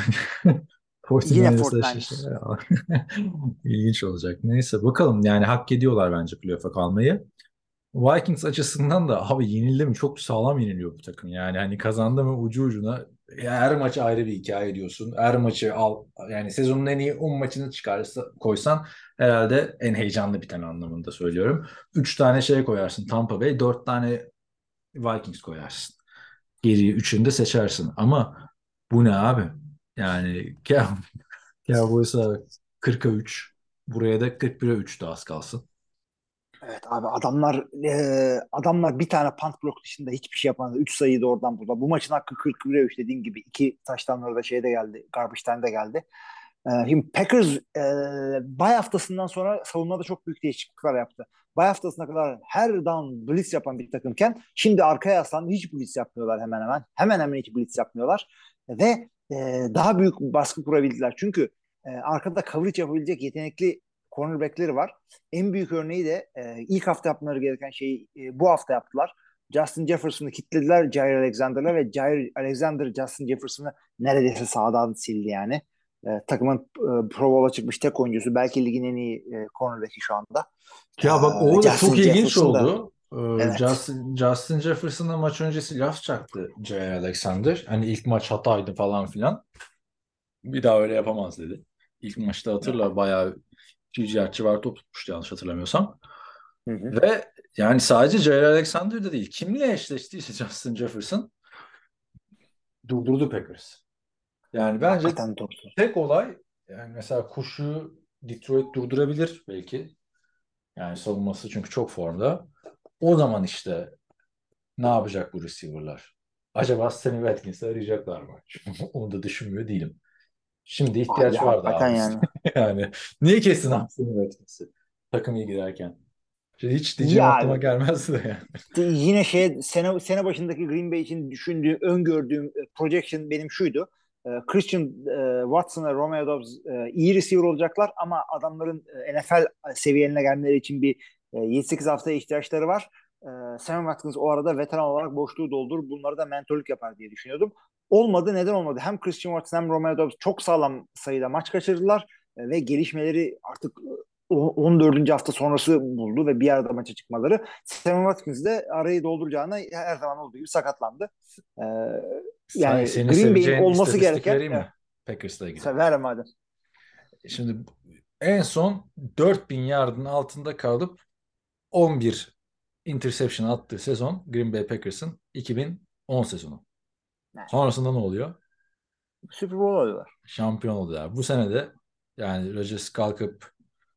49 Yine Niners'la 49ers. eşleşirse ilginç olacak. Neyse bakalım, yani hak ediyorlar bence playoff'a kalmayı. Vikings açısından da abi yenildi mi çok sağlam yeniliyor bu takım. Yani hani kazandı mı ucu ucuna her maçı ayrı bir hikaye diyorsun. Her maçı al yani sezonun en iyi 10 maçını çıkarsa koysan herhalde en heyecanlı biten anlamında söylüyorum. 3 tane şey koyarsın Tampa Bay, 4 tane Vikings koyarsın. Geriye üçünü de seçersin. Ama bu ne abi? Yani Cowboys'a 40'a 3. Buraya da 41'e 3 de az kalsın. Evet abi adamlar bir tane punt block dışında hiçbir şey yapamadı. 3 sayıyı da oradan buldular. Bu maçın hakkı 41'e 3 dediğin gibi. 2 taştanları da şeyde geldi. Garbage time'da geldi. Şimdi Packers bye haftasından sonra savunmada çok büyük değişiklikler yaptı. Bye haftasına kadar her down blitz yapan bir takımken şimdi arkaya yaslandı. Hiç blitz yapmıyorlar hemen hemen. Hemen hemen hiç blitz yapmıyorlar. Ve daha büyük baskı kurabildiler. Çünkü arkada coverage yapabilecek yetenekli cornerback'leri var. En büyük örneği de ilk hafta yapmaları gereken şeyi bu hafta yaptılar. Justin Jefferson'ı kilitlediler Jair Alexander'la ve Jair Alexander Justin Jefferson'ı neredeyse sağdan sildi yani. Takımın Pro Bowl'a çıkmış tek oyuncusu. Belki ligin en iyi cornerback'i şu anda. Ya bak o da Justin çok ilginç Jefferson da oldu. evet. Justin Jefferson'a maç öncesi laf çaktı Jair Alexander. Hani ilk maç hataydı falan filan. Bir daha öyle yapamaz dedi. İlk maçta hatırla bayağı 200 yard civarı top tutmuştu yanlış hatırlamıyorsam. Hı hı. Ve yani sadece Jair Alexander'da değil. Kimle eşleştiyse Justin Jefferson durdurdu Packers. Yani bence Hakikaten doğru. tek olay yani mesela kuşu Detroit durdurabilir belki. Yani savunması çünkü çok formda. O zaman işte ne yapacak bu receiver'lar? Acaba Sammy Watkins'i arayacaklar mı? Onu da düşünmüyor değilim. Şimdi Abi ihtiyaç vardı hakikaten abi. yani. Yani niye kesin abi Sammy Watkins'i? Takım iyi giderken. Şimdi hiç diyeceğim Ya aklıma gelmezdi de yani. yine sene başındaki Green Bay için düşündüğüm, öngördüğüm projection benim şuydu. Christian Watson ve Romeo Doubs iyi receiver olacaklar ama adamların NFL seviyelerine gelmeleri için bir 7-8 haftaya ihtiyaçları var. Sam Watkins o arada veteran olarak boşluğu doldurur. Bunlara da mentorluk yapar diye düşünüyordum. Olmadı. Neden olmadı? Hem Christian Watson hem Romeo Doubs çok sağlam sayıda maç kaçırdılar ve gelişmeleri artık 14. hafta sonrası buldu ve bir arada maça çıkmaları. Sam Watkins de arayı dolduracağına her zaman olduğu gibi sakatlandı. Ee, yani Seni Green Bay'in seveceğin olması istatistik gereken vereyim mi? Packers'la ilgili. sever madem. Şimdi en son 4000 yardın altında kalıp 11 interception attığı sezon Green Bay Packers'ın 2010 sezonu. Sonrasında ne oluyor? Super Bowl alıyorlar. Şampiyon oldular. Bu sene de yani Rodgers kalkıp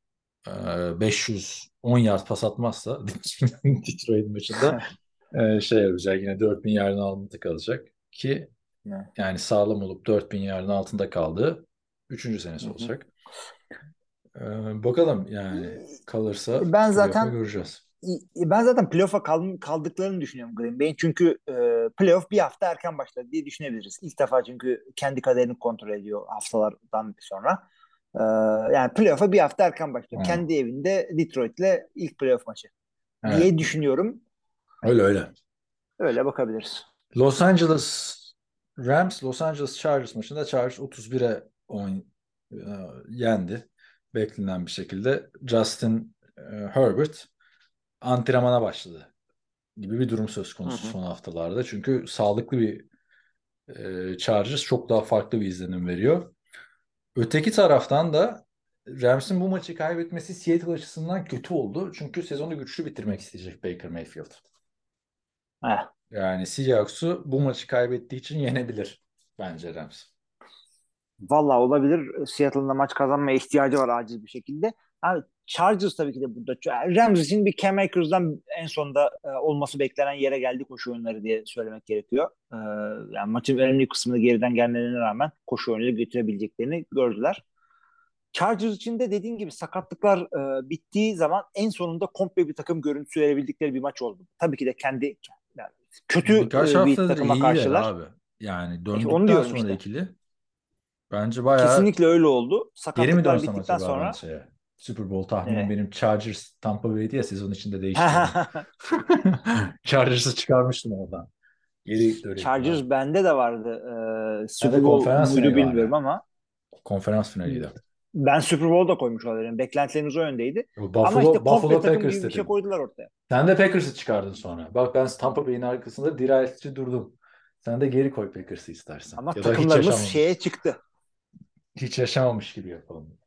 510 yard pas atmazsa Detroit maçında şey yapacak yine 4000 yardın altında kalacak ki Ne? yani sağlam olup 4000 yardın altında kaldığı 3. Hı senesi hı. olacak. Bakalım yani kalırsa Ben playoff'a zaten göreceğiz. playoff'a kaldıklarını düşünüyorum Green Bay'in. Çünkü playoff bir hafta erken başladı diye düşünebiliriz. İlk defa çünkü kendi kaderini kontrol ediyor haftalardan sonra. E, yani playoff'a bir hafta erken başlıyor. Ha, Kendi evinde Detroit'le ilk playoff maçı evet diye düşünüyorum. öyle öyle. Öyle bakabiliriz. Los Angeles Rams Los Angeles Chargers maçında Chargers 31'e e, yendi. Beklenen bir şekilde Justin Herbert antrenmana başladı gibi bir durum söz Hı konusu hı. son haftalarda. Çünkü sağlıklı bir Chargers çok daha farklı bir izlenim veriyor. Öteki taraftan da Rams'in bu maçı kaybetmesi Seattle açısından kötü oldu. Çünkü sezonu güçlü bitirmek isteyecek Baker Mayfield. Eh. Yani Seahawks'u bu maçı kaybettiği için yenebilir bence Rams. Vallahi olabilir. Seattle'ın da maç kazanmaya ihtiyacı var acil bir şekilde. Abi Chargers tabii ki de burada. Rams için bir Cam Akers'dan en sonunda olması beklenen yere geldi koşu oyunları diye söylemek gerekiyor. Yani maçın önemli kısmını geriden gelmelerine rağmen koşu oyunları götürebileceklerini gördüler. Chargers için de dediğin gibi sakatlıklar bittiği zaman en sonunda komple bir takım görüntüsü verebildikleri bir maç oldu. Tabii ki de yani kötü Birkaç bir haftadır takıma iyiler karşılar. abi. Yani İşte onu döndükten diyorum sonra işte. ikili bence bayağı Kesinlikle öyle oldu. geri mi Sakatlıklar dönsem bittikten acaba ben sonra şeye? Super Bowl tahminim evet. benim Chargers Tampa Bay'di ya sezon içinde değiştirdim. Chargers'ı çıkarmıştım oradan. Geri döneyim abi. Chargers bende de vardı. Ben de Super Bowl konferans muydu finali vardı. bilmiyorum ama Konferans finaliydi. Ben Super Bowl'da koymuş olabilirim. Beklentilerimiz o yöndeydi. Ama işte Buffalo komple takım Packers gibi bir şey dedim. koydular ortaya. Sen de Packers'ı çıkardın sonra. Bak ben Tampa Bay'in arkasında dirayetçi durdum. Sen de geri koy Packers'ı istersen. Ama Ya da hiç takımlarımız yaşamamış. şeye çıktı. Hiç yaşamamış gibi yapalım.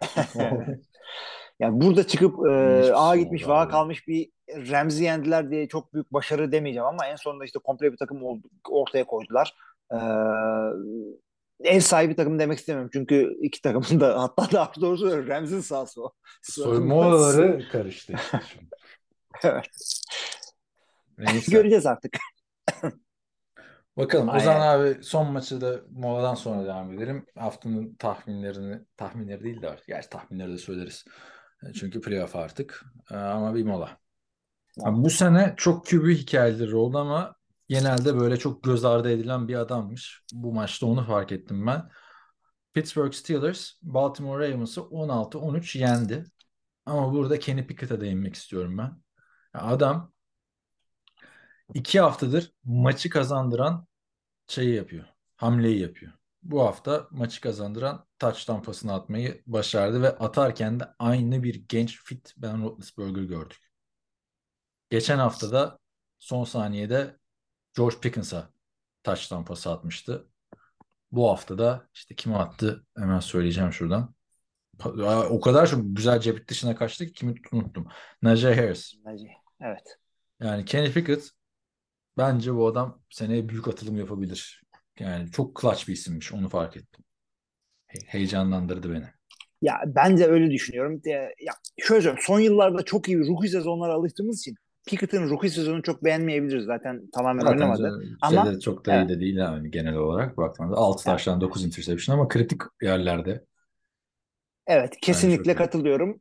Yani burada çıkıp A Hiçbir şey gitmiş, oldu va abi. kalmış bir Rams'i yendiler diye çok büyük başarı demeyeceğim ama en sonunda işte komple bir takım ortaya koydular. E, Ev sahibi takım demek istemiyorum. Çünkü iki takımın da hatta daha doğrusu Rams'in sahası o. Soyunma Sonunda odaları karıştı işte şimdi. evet. Neyse. Göreceğiz artık. Bakalım. O zaman Aynen. abi son maçı da moladan sonra devam edelim. Haftanın tahminleri değil de artık. Gerçi tahminleri de söyleriz. Çünkü playoff artık. Ama bir mola. Abi bu sene çok QB hikayeleri oldu ama genelde böyle çok göz ardı edilen bir adammış. Bu maçta onu fark ettim ben. Pittsburgh Steelers Baltimore Ravens'ı 16-13 yendi. Ama burada Kenny Pickett'a değinmek istiyorum ben. Ya adam 2 haftadır maçı kazandıran şeyi yapıyor. Hamleyi yapıyor. Bu hafta maçı kazandıran touchdown pasını atmayı başardı ve atarken de aynı bir genç fit Ben Roethlisberger gördük. Geçen haftada son saniyede George Pickens'a touchdown pası atmıştı. Bu hafta da işte kime attı hemen söyleyeceğim şuradan. O kadar çok güzel cep dışına kaçtı ki kimi unuttum. Najee Harris. Evet. Yani Kenny Pickett bence bu adam seneye büyük atılım yapabilir. Yani çok clutch bir isimmiş onu fark ettim. Heyecanlandırdı beni. Ya ben de öyle düşünüyorum. Ya şöyle söyleyeyim. Son yıllarda çok iyi rookie sezonlara alıştığımız için Pickett'ın rookie sezonunu çok beğenmeyebiliriz. Zaten tamamen Zaten oynamadı. şeyde Ama çok da iyi evet, de değil yani genel olarak baktığımda 6 ya, taştan 9 interception ama kritik yerlerde evet bence çok kesinlikle iyi. katılıyorum.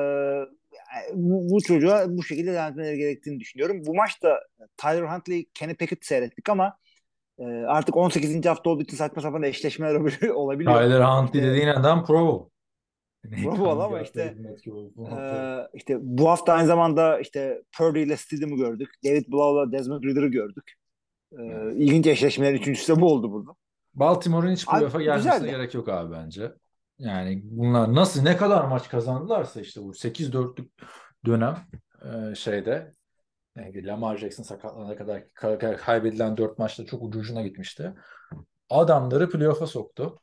Bu çocuğa bu şekilde devam etmeleri gerektiğini düşünüyorum. Bu maçta Tyler Huntley, Kenny Pickett seyrettik ama artık 18. hafta olduğu için saçma sapan eşleşmeler olabiliyor. Tyler Huntley İşte dediğin adam Pro Bowl. Pro Bowl Nathan ama Gafford, işte Matt Cole. bu hafta aynı zamanda işte Purdy ile Stidham'ı gördük. David Blau'la Desmond Ridder'ı gördük. Evet. İlginç eşleşmelerin üçüncüsü de bu oldu burada. Baltimore'un hiç Abi playoff'a gelmesine güzeldi. gerek yok abi bence. Yani bunlar nasıl ne kadar maç kazandılarsa işte bu 8-4'lük dönem şeyde Lamar Jackson sakatlanana kadar kaybedilen 4 maçta çok ucu ucuna gitmişti. Adamları playoff'a soktu.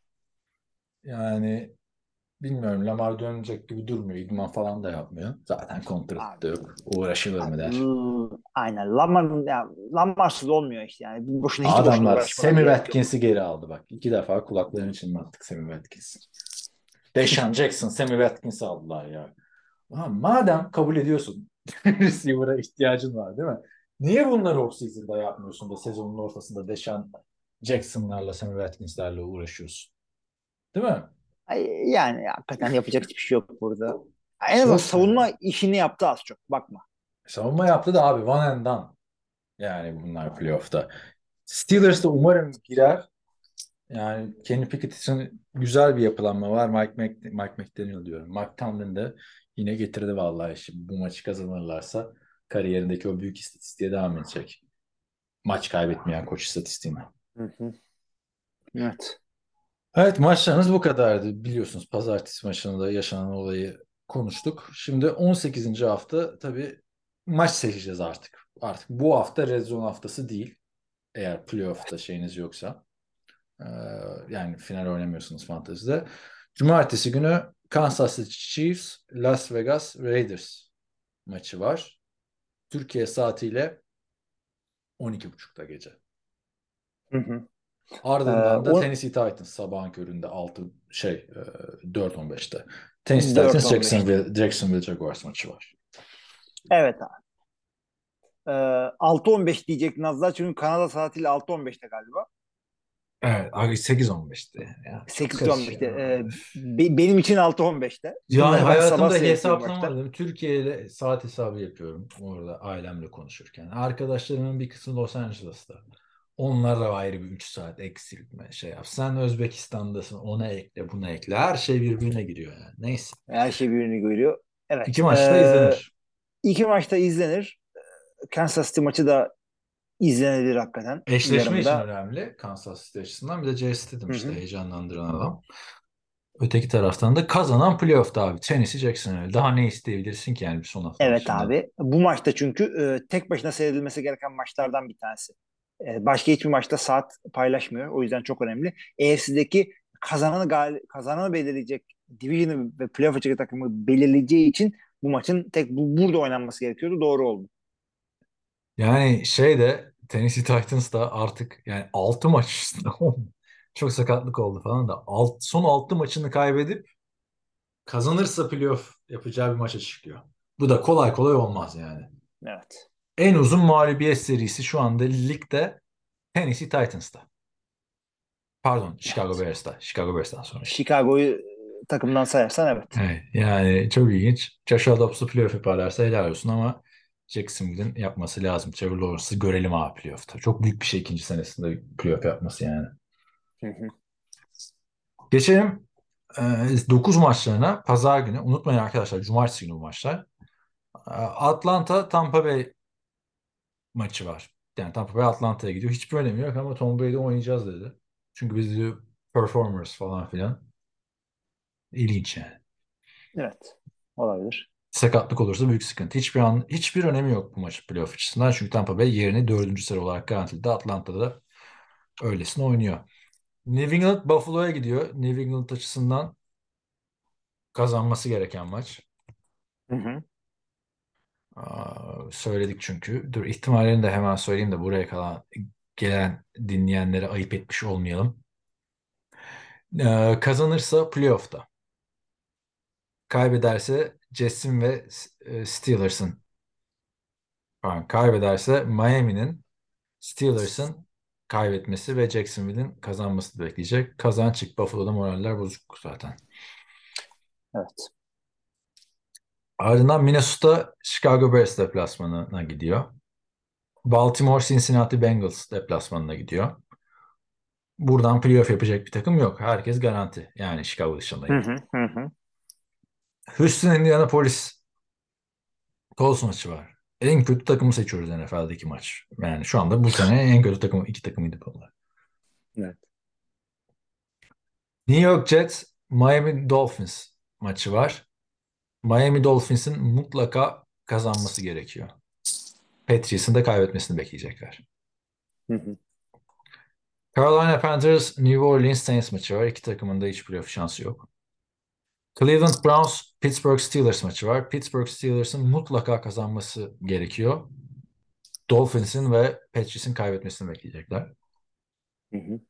Yani bilmiyorum Lamar dönecek gibi durmuyor. İdman falan da yapmıyor. Zaten kontrat Abi, da yok. Uğraşılır mı abi, der. aynen. Lamar'sız olmuyor işte yani. Hiç boşuna Adamlar uğraşmalarına Sammy gerek yok. Watkins'i geri aldı bak. 2 defa kulaklarının içinden attık Sammy Watkins. Deshaun Jackson, Sammy Watkins'i aldılar ya. Ulan madem kabul ediyorsun receiver'a ihtiyacın var değil mi? Niye bunları off-season'da yapmıyorsun da sezonun ortasında Deshaun Jackson'larla, Sammy Watkins'lerle uğraşıyorsun? Değil mi? Yani hakikaten yapacak hiçbir şey yok burada. En azından Yok yani. savunma işini yaptı az çok. Bakma. Savunma yaptı da abi one and done. Yani bunlar playoff'ta. Steelers'da umarım girer. Yani Kenny Pickett için güzel bir yapılanma var. Mike McDaniel diyorum. Mike Tomlin de yine getirdi vallahi. Şimdi bu maçı kazanırlarsa kariyerindeki o büyük istatistiğe devam edecek. Maç kaybetmeyen koç istatistiğine. Hı hı. Evet. Evet maçlarımız bu kadardı. Biliyorsunuz pazartesi maçında yaşanan olayı konuştuk. Şimdi 18. hafta tabii maç seçeceğiz artık. Artık bu hafta Red Zone haftası değil. Eğer playoff'ta şeyiniz yoksa. Ee, yani final oynamıyorsunuz fantezide. Cumartesi günü Kansas City Chiefs, Las Vegas Raiders maçı var. Türkiye saatiyle 12.30'da gece. Hı hı. Ardından da O Tennessee Titans sabahın köründe 4.15'te. Tennessee Titans 4-15'te. Jacksonville Jaguars maçı var. Evet abi. 6-15 diyecek Nazlar çünkü Kanada saatiyle 6-15'te galiba. Evet, abi 8.15'te. Ya, çok 8-15'te. karışıyor. Benim için 6-15'te. Yani Ben sabah hayatımda seyrediyorum maçta. hesaplamadım. Türkiye ile saat hesabı yapıyorum orada ailemle konuşurken. Arkadaşlarımın bir kısmı Los Angeles'ta. Onlarla ayrı bir 3 saat eksiltme şey yap. Sen Özbekistan'dasın ona ekle buna ekle. Her şey birbirine giriyor yani. Neyse. Her şey birbirini görüyor. Evet. 2 maçta izlenir. İki maçta izlenir. Kansas City maçı da izlenebilir hakikaten. Eşleşme için Yarın da. önemli Kansas City açısından. Bir de Jay Stidham Hı işte hı. heyecanlandıran adam. Öteki taraftan da kazanan playoff'ta abi. Tennessee Jacksonville. Daha ne isteyebilirsin ki yani bir son hafta Evet maçında? abi. Bu maçta çünkü tek başına seyredilmesi gereken maçlardan bir tanesi. Başka hiçbir maçta saat paylaşmıyor. O yüzden çok önemli. AFC'deki kazananı belirleyecek Division'ı ve playoff açık takımı belirleyeceği için bu maçın burada oynanması gerekiyordu. Doğru oldu. Yani şey de Tennessee Titans da artık yani 6 maç üstüne çok sakatlık oldu falan da son 6 maçını kaybedip kazanırsa playoff yapacağı bir maça çıkıyor. Bu da kolay kolay olmaz yani. Evet. En uzun mağlubiyet serisi şu anda ligde Tennessee Titans'ta. Pardon, Chicago Evet. Bears'ta. Chicago Bears'tan sonra işte. Chicago'yu takımdan sayarsan evet. Evet, yani çok ilginç. Joshua Dobbs'u playoff yaparlarsa helal olsun ama Jacksonville'in yapması lazım. Trevor Lawrence'ı görelim abi playoff'ta. Çok büyük bir şey ikinci senesinde playoff yapması yani. Hı hı. Geçelim 9 maçlarına. Pazar günü. Unutmayın arkadaşlar, cumartesi günü bu maçlar. Atlanta Tampa Bay maçı var. Yani Tampa Bay Atlanta'ya gidiyor. Hiçbir önemi yok ama Tom Brady oynayacağız dedi. Çünkü biz diyor performers falan filan. İlginç yani. Evet. Olabilir. Sakatlık olursa büyük sıkıntı. Hiçbir önemi yok bu maç playoff açısından. Çünkü Tampa Bay yerini dördüncü sıra olarak garantiledi. Atlanta'da öylesine oynuyor. New England Buffalo'ya gidiyor. New England açısından kazanması gereken maç. Hı hı. Söyledik çünkü. Dur, ihtimallerini de hemen söyleyeyim de buraya gelen dinleyenlere ayıp etmiş olmayalım. Kazanırsa playoff'ta. Kaybederse Jets'in ve Steelers'ın, pardon, kaybederse Miami'nin, Steelers'ın kaybetmesi ve Jacksonville'in kazanması bekleyecek. Kazanç Buffalo'da moraller bozuk zaten. Evet. Ardından Minnesota Chicago Bears deplasmanına gidiyor. Baltimore Cincinnati Bengals deplasmanına gidiyor. Buradan playoff yapacak bir takım yok. Herkes garanti. Yani Chicago dışında Hı yine. hı. Hı hı. Houston Indianapolis Colts maçı var. En kötü takımı seçiyoruz NFL'deki maç. Yani şu anda bu sene en kötü takım iki takımıydı bunlar. Evet. New York Jets Miami Dolphins maçı var. Miami Dolphins'in mutlaka kazanması gerekiyor. Patriots'ın da kaybetmesini bekleyecekler. Hı hı. Carolina Panthers New Orleans Saints maçı var. İki takımın da hiç playoff şansı yok. Cleveland Browns Pittsburgh Steelers maçı var. Pittsburgh Steelers'ın mutlaka kazanması gerekiyor. Dolphins'in ve Patriots'ın kaybetmesini bekleyecekler. Hı hı.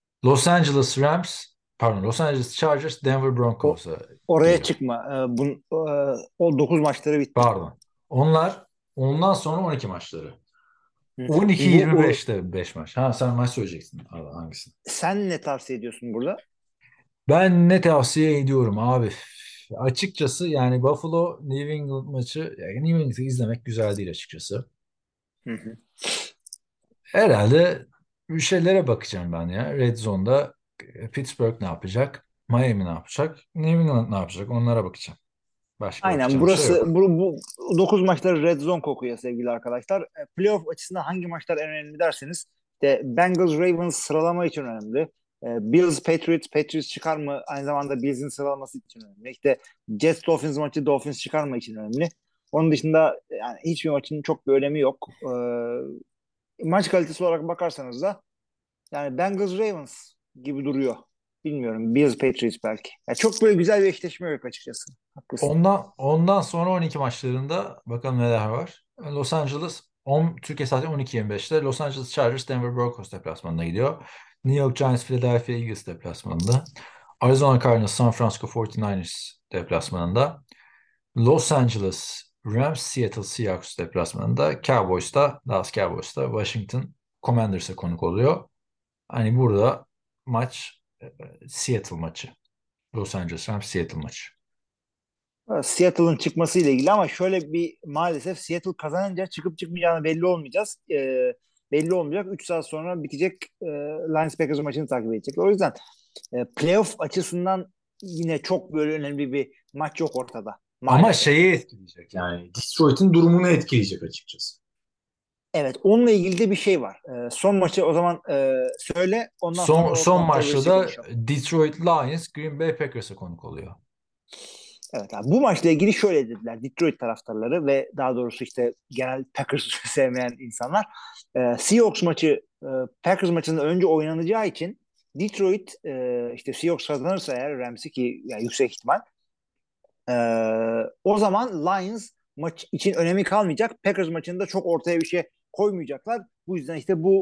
Los Angeles Chargers Denver O, Broncos'a oraya gidiyor. çıkma. O 9 maçları bitti. Pardon. Onlar ondan sonra 12 maçları. Hı. Bu 12-25'te 5 maç. Ha, sen maç söyleyeceksin. Abi, hangisini? sen ne tavsiye ediyorsun burada? Ben ne tavsiye ediyorum abi? Açıkçası yani Buffalo New England maçı, yani New England'ı izlemek güzel değil açıkçası. Hı hı. Herhalde bir şeylere bakacağım ben ya. Red Zone'da Pittsburgh ne yapacak? Miami ne yapacak? New England ne yapacak? Onlara bakacağım. Başka Aynen bakacağım bir şey burası yok. bu 9 maçları red zone kokuyor sevgili arkadaşlar. Playoff açısından hangi maçlar en önemli derseniz işte Bengals Ravens sıralama için önemli. Bills Patriots çıkar mı? Aynı zamanda Bills'in sıralaması için önemli. İşte Jets Dolphins maçı Dolphins çıkar mı için önemli. Onun dışında yani hiçbir maçın çok bir önemi yok. Maç kalitesi olarak bakarsanız da yani Bengals Ravens gibi duruyor. Bilmiyorum. Bills Patriots belki. Ya çok böyle güzel bir eşleşme yok açıkçası. Haklısın. Ondan sonra 12 maçlarında bakalım neler var. Los Angeles Türkiye saati 12.25'te Los Angeles Chargers Denver Broncos deplasmanına gidiyor. New York Giants Philadelphia Eagles deplasmanında. Arizona Cardinals San Francisco 49ers deplasmanında. Los Angeles Rams Seattle Seahawks deplasmanında. Dallas Cowboys'ta Washington Commanders'a konuk oluyor. Hani burada maç Seattle maçı. Los Angeles Rams Seattle maçı. Seattle'ın çıkması ile ilgili ama şöyle bir maalesef Seattle kazanınca çıkıp çıkmayacağını belli olmayacak. 3 saat sonra bitecek Lions Packers maçını takip edecek. O yüzden playoff açısından yine çok böyle önemli bir maç yok ortada Ama maalesef. şeyi etkileyecek yani Detroit'in durumunu etkileyecek açıkçası. Evet, onunla ilgili de bir şey var. Son maçı o zaman söyle, ondan sonra o Son maçta kontroversi da konuşalım. Detroit Lions Green Bay Packers'a konuk oluyor. Evet abi, bu maçla ilgili şöyle dediler Detroit taraftarları ve daha doğrusu işte genel Packers sevmeyen insanlar. Seahawks maçı Packers maçından önce oynanacağı için Detroit işte Seahawks kazanırsa eğer Rams'i ki yani yüksek ihtimal o zaman Lions maç için önemi kalmayacak. Packers maçında çok ortaya bir şey koymayacaklar. Bu yüzden işte bu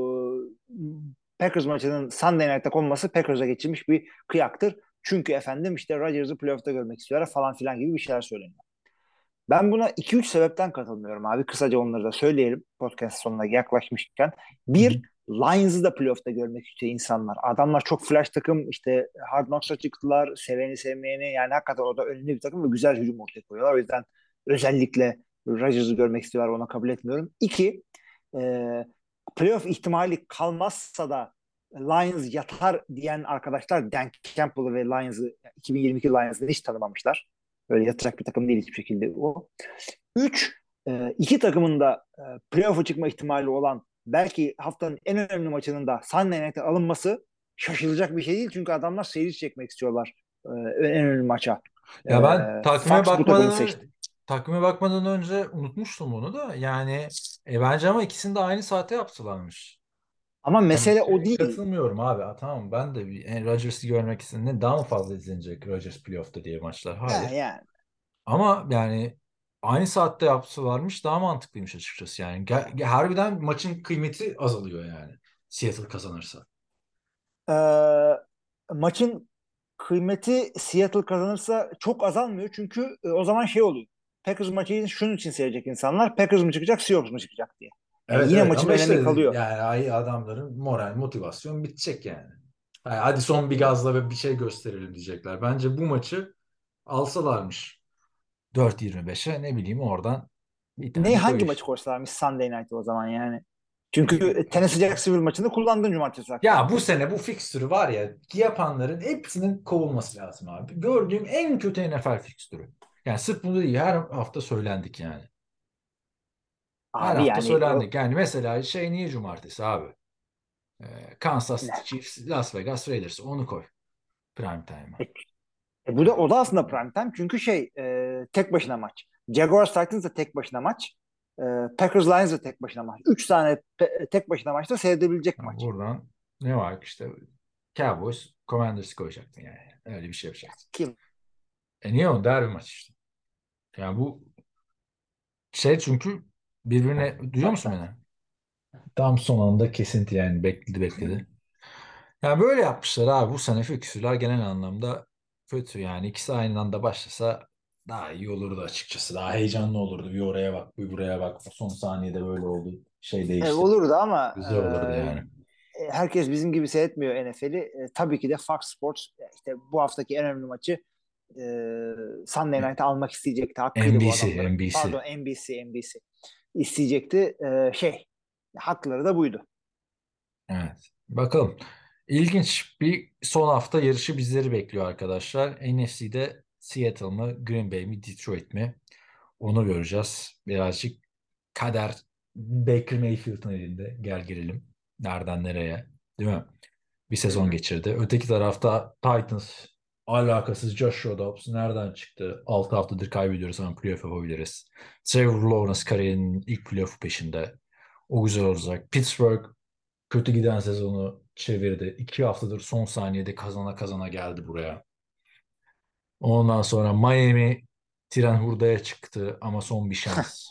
Packers maçının Sunday Night'ta konması Packers'a geçirmiş bir kıyaktır. Çünkü efendim işte Rodgers'ı playoff'ta görmek istiyorlar falan filan gibi bir şeyler söyleniyor. Ben buna 2-3 sebepten katılmıyorum abi. Kısaca onları da söyleyelim podcast sonuna yaklaşmışken. Hı hı. Bir, Lions'ı da playoff'ta görmek istiyor insanlar. Adamlar çok flash takım, işte Hard Knocks'a çıktılar. Seveni sevmeyeni, yani hakikaten o da önemli bir takım ve güzel hücum ortaya koyuyorlar. O yüzden özellikle Rodgers'ı görmek istiyorlar, ona kabul etmiyorum. İki, e, playoff ihtimali kalmazsa da Lions yatar diyen arkadaşlar Dan Campbell'ı ve Lions'ı, 2022 Lions'ı hiç tanımamışlar. Öyle yatacak bir takım değil hiçbir şekilde o. Üç, iki takımın da playoff'a çıkma ihtimali olan belki haftanın en önemli maçının da Sunday Night'e alınması şaşılacak bir şey değil. Çünkü adamlar seyir çekmek istiyorlar en önemli maça. Ya ben Fox bu takımı seçti. takvime bakmadan önce unutmuştum onu da. Yani bence ama ikisini de aynı saate yaptılarmış. Ama Yani mesele o değil. katılmıyorum abi. Tamam, ben de Rodgers'ı görmek istedim. Ne daha mı fazla izlenecek Rodgers playoff'ta diye maçlar? Ha, Hayır. yani. Ama yani aynı saatte yapsalarmış daha mantıklıymış açıkçası yani. Harbiden maçın kıymeti azalıyor yani. Seattle kazanırsa. Ee, maçın kıymeti Seattle kazanırsa çok azalmıyor. Çünkü o zaman şey oluyor. Packers maçı şunun için seyredecek insanlar. Packers mı çıkacak, Seahawks mı çıkacak diye. Yani Evet, yine evet, maçın ama önemi işte kalıyor. yani adamların moral motivasyon bitecek yani. Hadi son bir gazla ve bir şey gösterelim diyecekler. Bence bu maçı alsalarmış 4-25'e, ne bileyim, oradan bir tane koy Hangi maçı işte. koştularmış Sunday Night'ı o zaman yani? Çünkü Tennessee Jacksonville maçını kullandın cumartesi akşamı. Ya bu sene bu fikstürü var ya, yapanların hepsinin kovulması lazım abi. Gördüğüm en kötü NFL fikstürü. Yani sırf bunu değil, her hafta söylendik yani. Her Abi hafta yani söylendik. Yani mesela niye cumartesi abi? Kansas City ne? Chiefs, Las Vegas Raiders, onu koy prime time'a. Bu da, Yani o da aslında prime time çünkü tek başına maç. Jaguars Titans da tek başına maç. Packers Lions da tek başına maç. Üç tane tek başına maçta seyredebilecek maç. buradan ne var işte, Cowboys Commanders koyacaktın yani. Öyle bir şey yapacaktın. Kim? Niye o derbi maç işte. Yani bu çünkü birbirine, duyuyor musun beni? Tam son anda kesinti yani, bekledi. Yani böyle yapmışlar abi. Bu sene fikstürler genel anlamda kötü yani. İkisi aynı anda başlasa daha iyi olurdu açıkçası. Daha heyecanlı olurdu. Bir oraya bak, bir buraya bak. Son saniyede böyle oldu. Şey değişti. Olurdu ama Güzel olurdu yani. herkes bizim gibi seyretmiyor NFL'i. Tabii ki de Fox Sports işte bu haftaki en önemli maçı e, Sunday Night'a almak isteyecekti. Hakkıydı bu NBC, adamların. NBC. Pardon, NBC isteyecekti. Hakları da buydu. Evet. Bakalım. İlginç bir son hafta yarışı bizleri bekliyor arkadaşlar. NFC'de Seattle mı, Green Bay mi, Detroit mi? Onu göreceğiz. Birazcık kader Baker Mayfield'ın elinde. Gel gelelim. Nereden nereye? Değil mi? Bir Hı sezon hı. geçirdi. Öteki tarafta Titans, alakasız Joshua Dobbs nereden çıktı? 6 haftadır kaybediyoruz ama playoff yapabiliriz. Trevor Lawrence kariyerinin ilk playoff peşinde. O güzel olacak. Pittsburgh kötü giden sezonu çevirdi. 2 haftadır son saniyede kazana kazana geldi buraya. Ondan sonra Miami tren hurdaya çıktı ama son bir şans.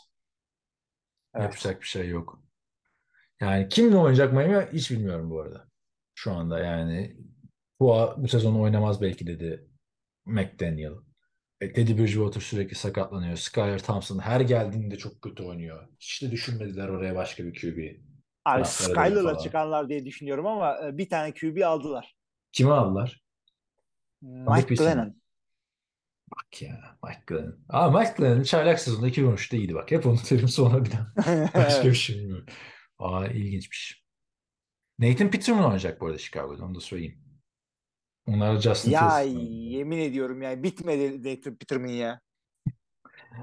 Evet. Yapacak bir şey yok. Yani kimle oynayacak Miami hiç bilmiyorum bu arada. Şu anda yani bu sezon oynamaz belki dedi McDaniel. Teddy Bridgewater sürekli sakatlanıyor. Skylar Thompson her geldiğinde çok kötü oynuyor. Hiç de düşünmediler oraya başka bir QB Abi transfer edelim Skyler'la falan. çıkanlar diye düşünüyorum ama bir tane QB aldılar. Kimi aldılar? Tanıdık bir Mike isim mi? Glennon. Bak ya, Mike Glennon. Mike Glennon çaylak sezonunda 2013'te iyiydi bak. Hep unutuyorum sonra bir daha. Başka bir Evet. şey bilmiyorum. İlginçmiş. Nathan Peterman oynayacak bu arada Chicago'da. Onu da söyleyeyim. Onlar Justin Ya Fields oynadı. yemin ediyorum ya bitmedi Nathan Peterman ya.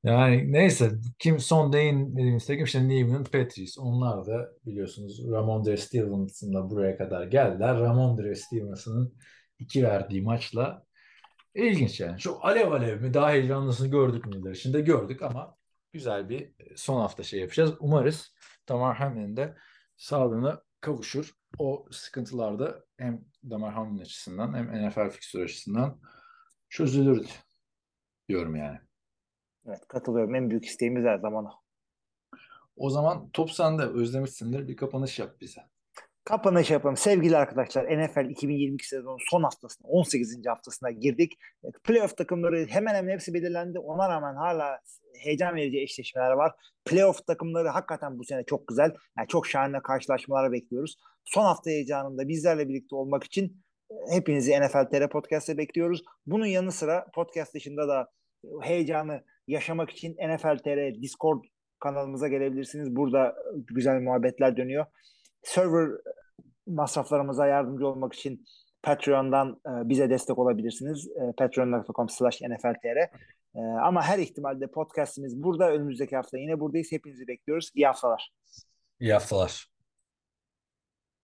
Yani neyse kim son değinmediğimiz takım işte New England Patriots. Onlar da biliyorsunuz Ramondre Stevenson'la buraya kadar geldiler. Ramondre Stevenson'ın iki verdiği maçla ilginç yani. Çok alev alev mi daha heyecanlısını gördük mü yıllar içinde gördük ama güzel bir son hafta şey yapacağız. Umarız Damar Hamlin'in de sağlığına kavuşur. O sıkıntılar da hem Damar Hamlin açısından hem NFL fikstürü açısından çözülür diyorum yani. Evet, katılıyorum. En büyük isteğimiz her zaman o. O zaman top sende. Özlemişsindir. Bir kapanış yap bize. Kapanış yapalım. Sevgili arkadaşlar, NFL 2022 sezonun son haftasına, 18. haftasına girdik. Playoff takımları hemen hemen hepsi belirlendi. Ona rağmen hala heyecan verici eşleşmeler var. Playoff takımları hakikaten bu sene çok güzel. Yani çok şahane karşılaşmalar bekliyoruz. Son hafta heyecanında bizlerle birlikte olmak için hepinizi NFL TR Podcast'te bekliyoruz. Bunun yanı sıra podcast dışında da heyecanı yaşamak için NFL TR Discord kanalımıza gelebilirsiniz. Burada güzel muhabbetler dönüyor. Server masraflarımıza yardımcı olmak için Patreon'dan bize destek olabilirsiniz. Patreon.com/nfltr. Ama her ihtimalle podcastimiz burada. Önümüzdeki hafta yine buradayız. Hepinizi bekliyoruz. İyi haftalar. İyi haftalar.